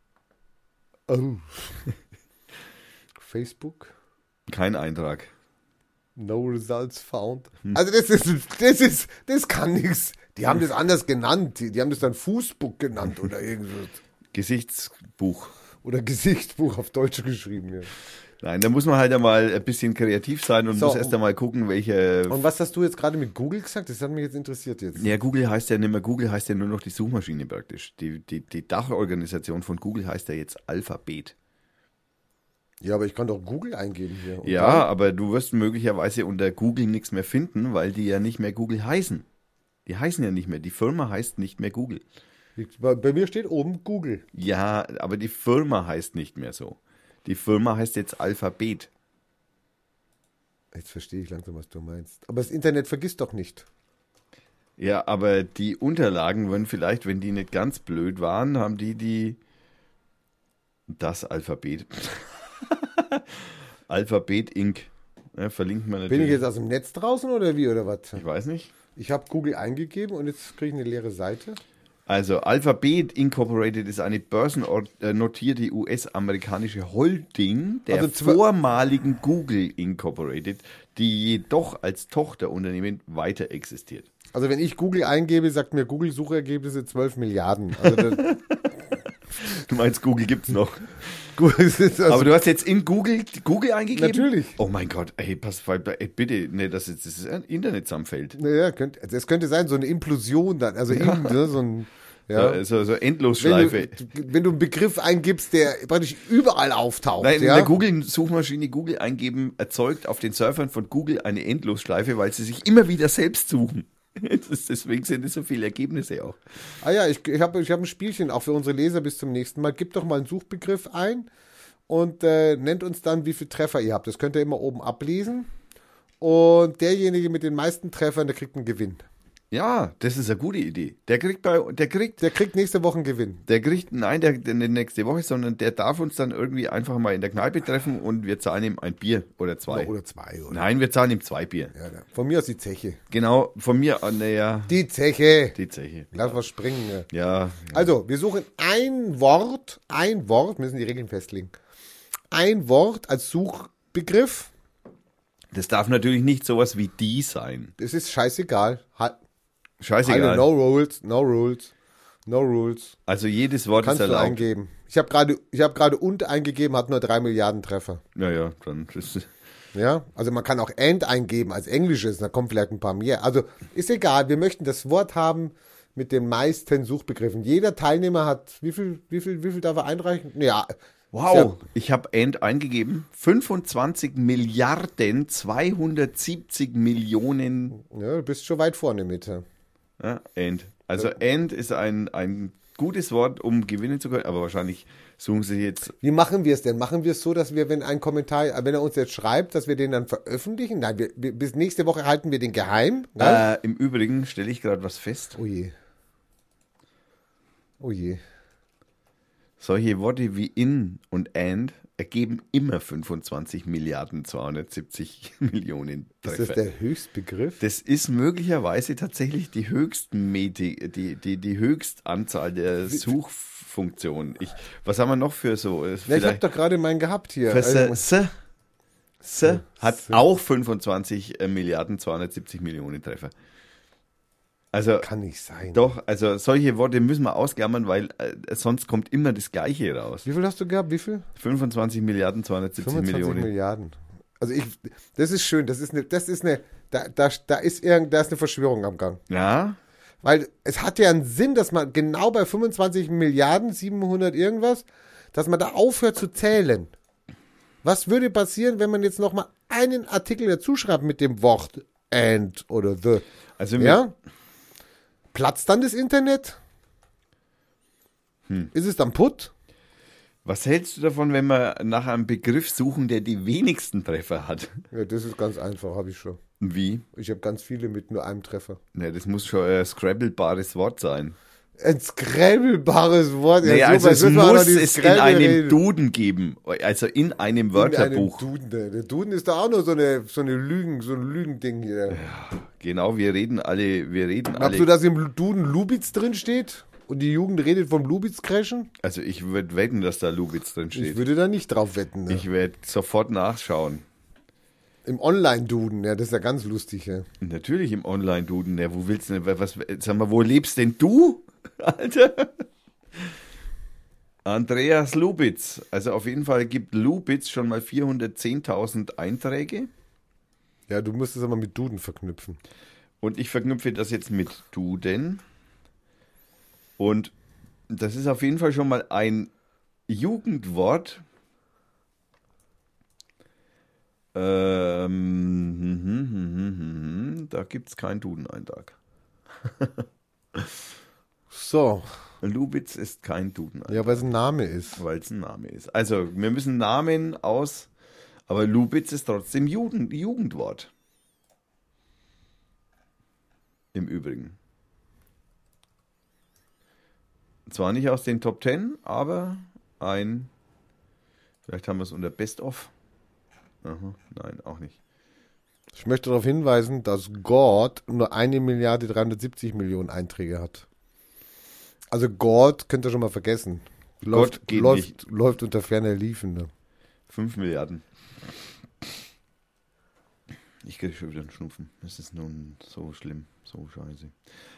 Facebook? Kein Eintrag. No results found. Also das kann nichts. Die haben das anders genannt. Die haben das dann Fußbook genannt oder irgendwas. Gesichtsbuch. Oder Gesichtsbuch auf Deutsch geschrieben, ja. Nein, da muss man halt einmal ein bisschen kreativ sein und muss erst einmal gucken, welche... Und was hast du jetzt gerade mit Google gesagt? Das hat mich jetzt interessiert jetzt. Ja, Google heißt ja nicht mehr Google, heißt ja nur noch die Suchmaschine praktisch. Die Dachorganisation von Google heißt ja jetzt Alphabet. Ja, aber ich kann doch Google eingeben hier. Und Ja, aber du wirst möglicherweise unter Google nichts mehr finden, weil die ja nicht mehr Google heißen. Die heißen ja nicht mehr. Die Firma heißt nicht mehr Google. Bei mir steht oben Google. Ja, aber die Firma heißt nicht mehr so. Die Firma heißt jetzt Alphabet. Jetzt verstehe ich langsam, was du meinst. Aber das Internet vergisst doch nicht. Ja, aber die Unterlagen würden vielleicht, wenn die nicht ganz blöd waren, haben das Alphabet. Alphabet Inc. Ja, verlinkt man natürlich. Bin ich jetzt aus dem Netz draußen oder wie oder was? Ich weiß nicht. Ich habe Google eingegeben und jetzt kriege ich eine leere Seite. Also Alphabet Incorporated ist eine börsennotierte US-amerikanische Holding der vormaligen Google Incorporated, die jedoch als Tochterunternehmen weiter existiert. Also wenn ich Google eingebe, sagt mir Google Suchergebnisse 12 Milliarden. Also du meinst, Google gibt's noch? Also aber du hast jetzt in Google eingegeben? Natürlich. Oh mein Gott, ey, pass auf, bitte, ne, dass jetzt das Internet zusammenfällt. Naja, es könnte sein, so eine Implosion dann, also so ein... Ja. So Endlosschleife. Wenn du einen Begriff eingibst, der praktisch überall auftaucht. Nein, in ja? der Google-Suchmaschine Google eingeben erzeugt auf den Servern von Google eine Endlosschleife, weil sie sich immer wieder selbst suchen. Deswegen sind es so viele Ergebnisse auch. Ah ja, ich hab ein Spielchen auch für unsere Leser bis zum nächsten Mal. Gebt doch mal einen Suchbegriff ein und nennt uns dann, wie viele Treffer ihr habt. Das könnt ihr immer oben ablesen. Und derjenige mit den meisten Treffern, der kriegt einen Gewinn. Ja, das ist eine gute Idee. Der kriegt Der kriegt nächste Woche einen Gewinn. nein, der nicht nächste Woche, sondern der darf uns dann irgendwie einfach mal in der Kneipe treffen und wir zahlen ihm ein Bier oder zwei. Oder zwei. Oder? Nein, wir zahlen ihm 2 Bier. Ja, von mir aus die Zeche. Genau, von mir an, naja, Die Zeche. die Zeche. Lass was springen. Ja. Ja, Also, wir suchen ein Wort, müssen die Regeln festlegen. Ein Wort als Suchbegriff. das darf natürlich nicht sowas wie die sein. Das ist scheißegal. Scheißegal. No rules. No rules. Also jedes Wort Kannst ist du erlaubt. eingeben. Ich habe gerade und eingegeben, hat nur 3 Milliarden Treffer. Ja, dann ist Ja, also man kann auch and eingeben als Englisches, da kommt vielleicht ein paar mehr. Also ist egal, wir möchten das Wort haben mit den meisten Suchbegriffen. Jeder Teilnehmer hat, wie viel darf er einreichen? Ja. wow, ich habe End eingegeben. 25 Milliarden 270 Millionen. Ja, du bist schon weit vorne mit. Ja. Ja, End. Also End ist ein gutes Wort, um gewinnen zu können, aber wahrscheinlich suchen sie jetzt. Wie machen wir es denn? Machen wir es so, dass wir, wenn er uns jetzt schreibt, dass wir den dann veröffentlichen? Nein, bis nächste Woche halten wir den geheim. Im Übrigen stelle ich gerade was fest. Oh je. Oh je. Solche Worte wie in und and ergeben immer 25 Milliarden 270 Millionen Treffer. Ist das der Höchstbegriff? Das ist möglicherweise tatsächlich die die Höchstanzahl der Suchfunktionen. Was haben wir noch für so? Ja, ich habe doch gerade meinen gehabt hier. Hat auch 25 Milliarden 270 Millionen Treffer. Also Kann nicht sein. doch, also solche Worte müssen wir ausklammern, weil sonst kommt immer das Gleiche raus. Wie viel hast du gehabt? Wie viel? 25 Milliarden 270 25 Millionen. Milliarden. Also das ist schön. Da ist eine Verschwörung am Gang. Ja, Weil es hat ja einen Sinn, dass man genau bei 25 Milliarden 700 irgendwas, dass man da aufhört zu zählen. Was würde passieren, wenn man jetzt noch mal einen Artikel dazu schreibt mit dem Wort and oder the? also Ja? Platzt dann das Internet? Ist es dann putt? was hältst du davon, wenn wir nach einem Begriff suchen, der die wenigsten Treffer hat? Ja, das ist ganz einfach, habe ich schon. Wie? Ich habe ganz viele mit nur einem Treffer. Ne, das muss schon ein scrabblebares Wort sein. Ein scrabblebares Wort. Naja, super, also es jetzt müssen wir auch noch muss die es in Scrabble einem reden. Duden geben, also in einem Wörterbuch. In einem Duden. Der Duden ist da auch nur so ein Lügending hier. Genau, wir reden alle. Glaubst du, dass im Duden Lubitz drin steht? Und die Jugend redet vom Lubitz-Crashen? Also ich würde wetten, dass da Lubitz drin steht. Ich würde da nicht drauf wetten. Ne? Ich werde sofort nachschauen. Im Online-Duden, ja, das ist ja ganz lustig. Ja. Natürlich im Online-Duden. Ja, wo willst du denn, sag mal, wo lebst denn du, Alter? Andreas Lubitz. Also auf jeden Fall gibt Lubitz schon mal 410.000 Einträge. Ja, du musst es aber mit Duden verknüpfen. Und ich verknüpfe das jetzt mit Duden. Und das ist auf jeden Fall schon mal ein Jugendwort. Da gibt es keinen Duden-Eintrag. So. Lubitz ist kein Duden-Eintrag. Ja, weil es ein Name ist. Weil es ein Name ist. Also, wir müssen Namen aus, aber Lubitz ist trotzdem Jugendwort. Im Übrigen. Zwar nicht aus den Top 10, aber vielleicht haben wir es unter Best of. Aha, nein, auch nicht. Ich möchte darauf hinweisen, dass God nur 1.370 Millionen Einträge hat. Also God könnt ihr schon mal vergessen. Läuft unter ferner Liefen. Ne? 5 Milliarden. Ich kriege schon wieder einen Schnupfen. Das ist nun so schlimm, so scheiße.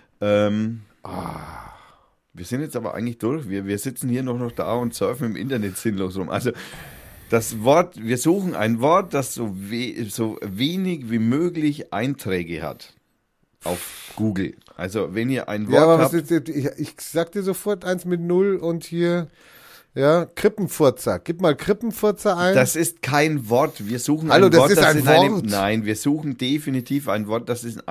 Wir sind jetzt aber eigentlich durch. Wir sitzen hier noch da und surfen im Internet sinnlos rum. Also das Wort, wir suchen ein Wort, das so wenig wie möglich Einträge hat auf Google. Also wenn ihr ein Wort Ja, aber habt, ich sag dir sofort eins mit 0 und hier, ja, Krippenfurzer. Gib mal Krippenfurzer ein. das ist kein Wort. Wir suchen Hallo, ein das Wort, ist das ein in einem, Wort. nein, wir suchen definitiv ein Wort, das in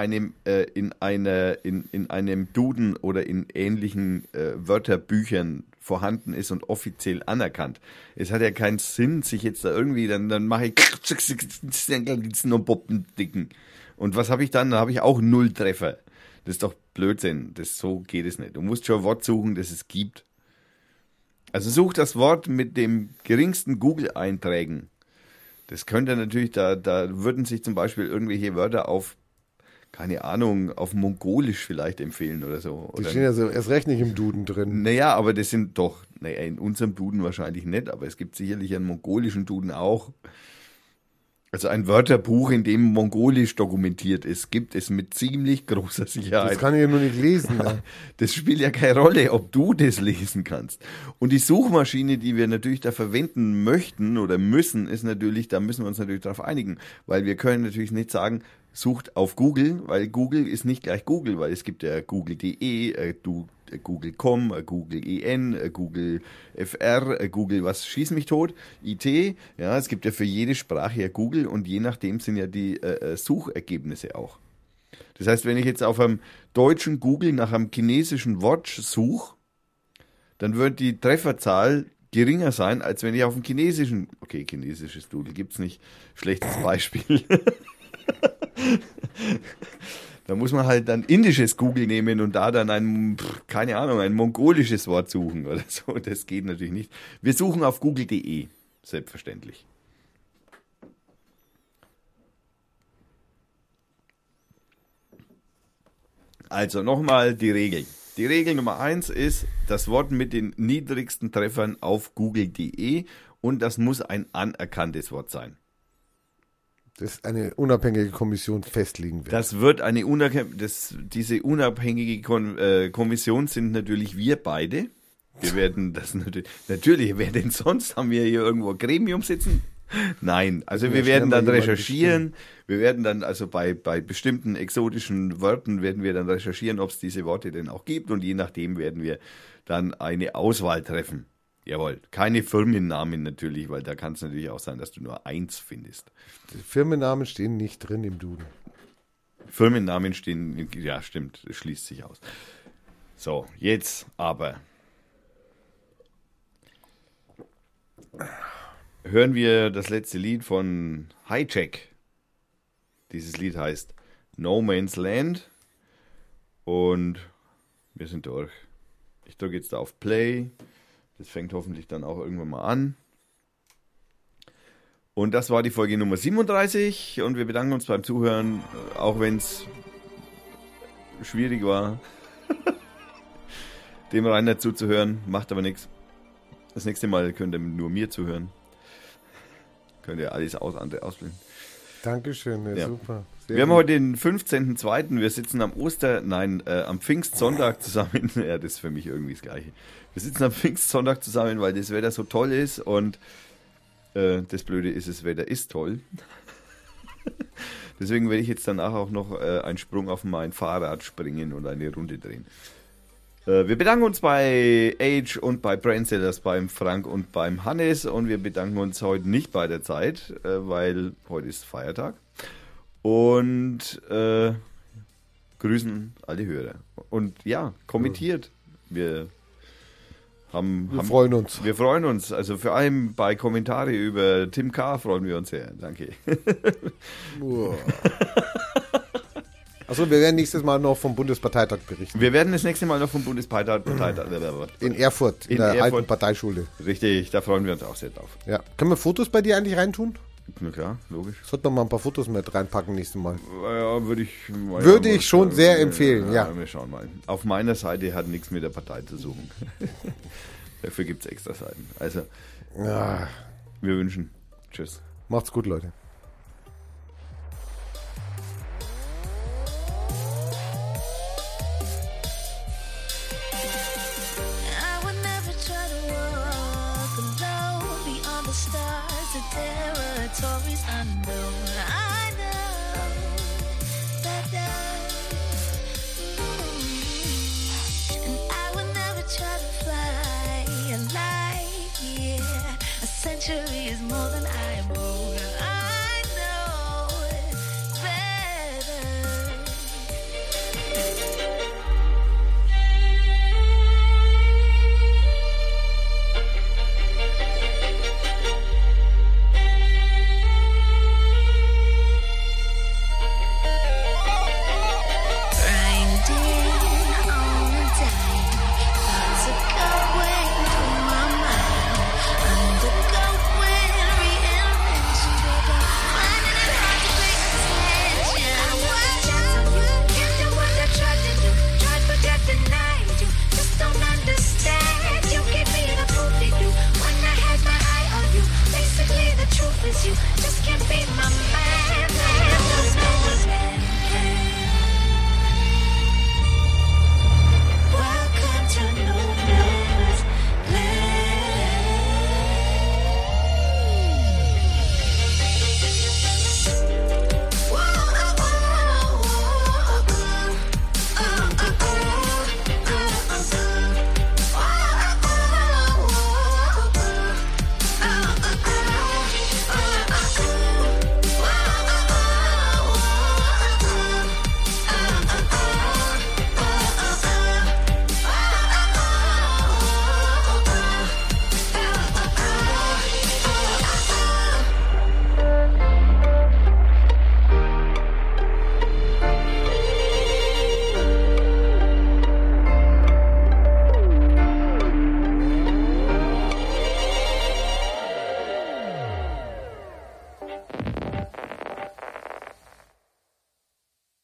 einem Duden oder in ähnlichen Wörterbüchern vorhanden ist und offiziell anerkannt. Es hat ja keinen Sinn, sich jetzt da irgendwie, dann mache ich nur Poppendicken. Und was habe ich dann? Da habe ich auch 0 Treffer. Das ist doch Blödsinn. So geht es nicht. Du musst schon ein Wort suchen, das es gibt. Also such das Wort mit dem geringsten Google-Einträgen. Das könnte natürlich, da würden sich zum Beispiel irgendwelche Wörter auf, keine Ahnung, auf Mongolisch vielleicht empfehlen oder so. Die Oder stehen ja so erst recht nicht im Duden drin. naja, aber das sind doch, naja, in unserem Duden wahrscheinlich nicht, aber es gibt sicherlich einen mongolischen Duden auch. Also ein Wörterbuch, in dem Mongolisch dokumentiert ist, gibt es mit ziemlich großer Sicherheit. Das kann ich ja nur nicht lesen. Ne? Das spielt ja keine Rolle, ob du das lesen kannst. Und die Suchmaschine, die wir natürlich da verwenden möchten oder müssen, ist natürlich, da müssen wir uns natürlich darauf einigen, weil wir können natürlich nicht sagen, sucht auf Google, weil Google ist nicht gleich Google, weil es gibt ja google.de, Google.com, Google EN, Google FR, Google was schieß mich tot, IT, ja, es gibt ja für jede Sprache ja Google und je nachdem sind ja die Suchergebnisse auch. Das heißt, wenn ich jetzt auf einem deutschen Google nach einem chinesischen Wort suche, dann wird die Trefferzahl geringer sein, als wenn ich auf dem chinesischen, okay, chinesisches Doodle gibt's nicht, schlechtes Beispiel. Da muss man halt dann indisches Google nehmen und da dann ein mongolisches Wort suchen oder so. Das geht natürlich nicht. Wir suchen auf google.de, selbstverständlich. Also nochmal die Regel. Die Regel Nummer 1 ist das Wort mit den niedrigsten Treffern auf google.de und das muss ein anerkanntes Wort sein. Das eine unabhängige Kommission festlegen wird. Das wird eine diese unabhängige Kommission sind natürlich wir beide. Wir werden das natürlich, wer denn sonst? Haben wir hier irgendwo ein Gremium sitzen? Nein, also wir werden dann recherchieren. Wir werden dann also bei bestimmten exotischen Wörtern werden wir dann recherchieren, ob es diese Worte denn auch gibt und je nachdem werden wir dann eine Auswahl treffen. Jawohl, keine Firmennamen natürlich, weil da kann es natürlich auch sein, dass du nur eins findest. Die Firmennamen stehen nicht drin im Duden. Firmennamen stehen, ja stimmt, das schließt sich aus. So, jetzt aber hören wir das letzte Lied von Hijack. Dieses Lied heißt No Man's Land und wir sind durch. Ich drücke jetzt da auf Play. Das fängt hoffentlich dann auch irgendwann mal an. Und das war die Folge Nummer 37 und wir bedanken uns beim Zuhören, auch wenn es schwierig war, dem Rainer zuzuhören, macht aber nichts. Das nächste Mal könnt ihr nur mir zuhören. Könnt ihr alles andere ausblenden. Dankeschön, ja. Super. Wir haben heute den 15.02. Wir sitzen am am Pfingstsonntag zusammen. Ja, das ist für mich irgendwie das Gleiche. Wir sitzen am Pfingstsonntag zusammen, weil das Wetter so toll ist und das Blöde ist, das Wetter ist toll. Deswegen werde ich jetzt danach auch noch einen Sprung auf mein Fahrrad springen und eine Runde drehen. Wir bedanken uns bei Age und bei Brainsellers, beim Frank und beim Hannes und wir bedanken uns heute nicht bei der Zeit, weil heute ist Feiertag und grüßen alle Hörer. Und ja, kommentiert. Wir freuen uns. Wir freuen uns. Also vor allem bei Kommentare über Tim K. freuen wir uns sehr. Danke. Achso, wir werden nächstes Mal noch vom Bundesparteitag berichten. Wir werden das nächste Mal noch vom Bundesparteitag in Erfurt, in der alten Parteischule. Richtig, da freuen wir uns auch sehr drauf. Ja. Können wir Fotos bei dir eigentlich reintun? Na klar, logisch. Sollten wir mal ein paar Fotos mit reinpacken nächstes Mal. Ja, würde ich schon sehr empfehlen, ja. Wir schauen mal. Auf meiner Seite hat nichts mit der Partei zu suchen. Dafür gibt es extra Seiten. Also, wir wünschen. Tschüss. Macht's gut, Leute. Territories unknown.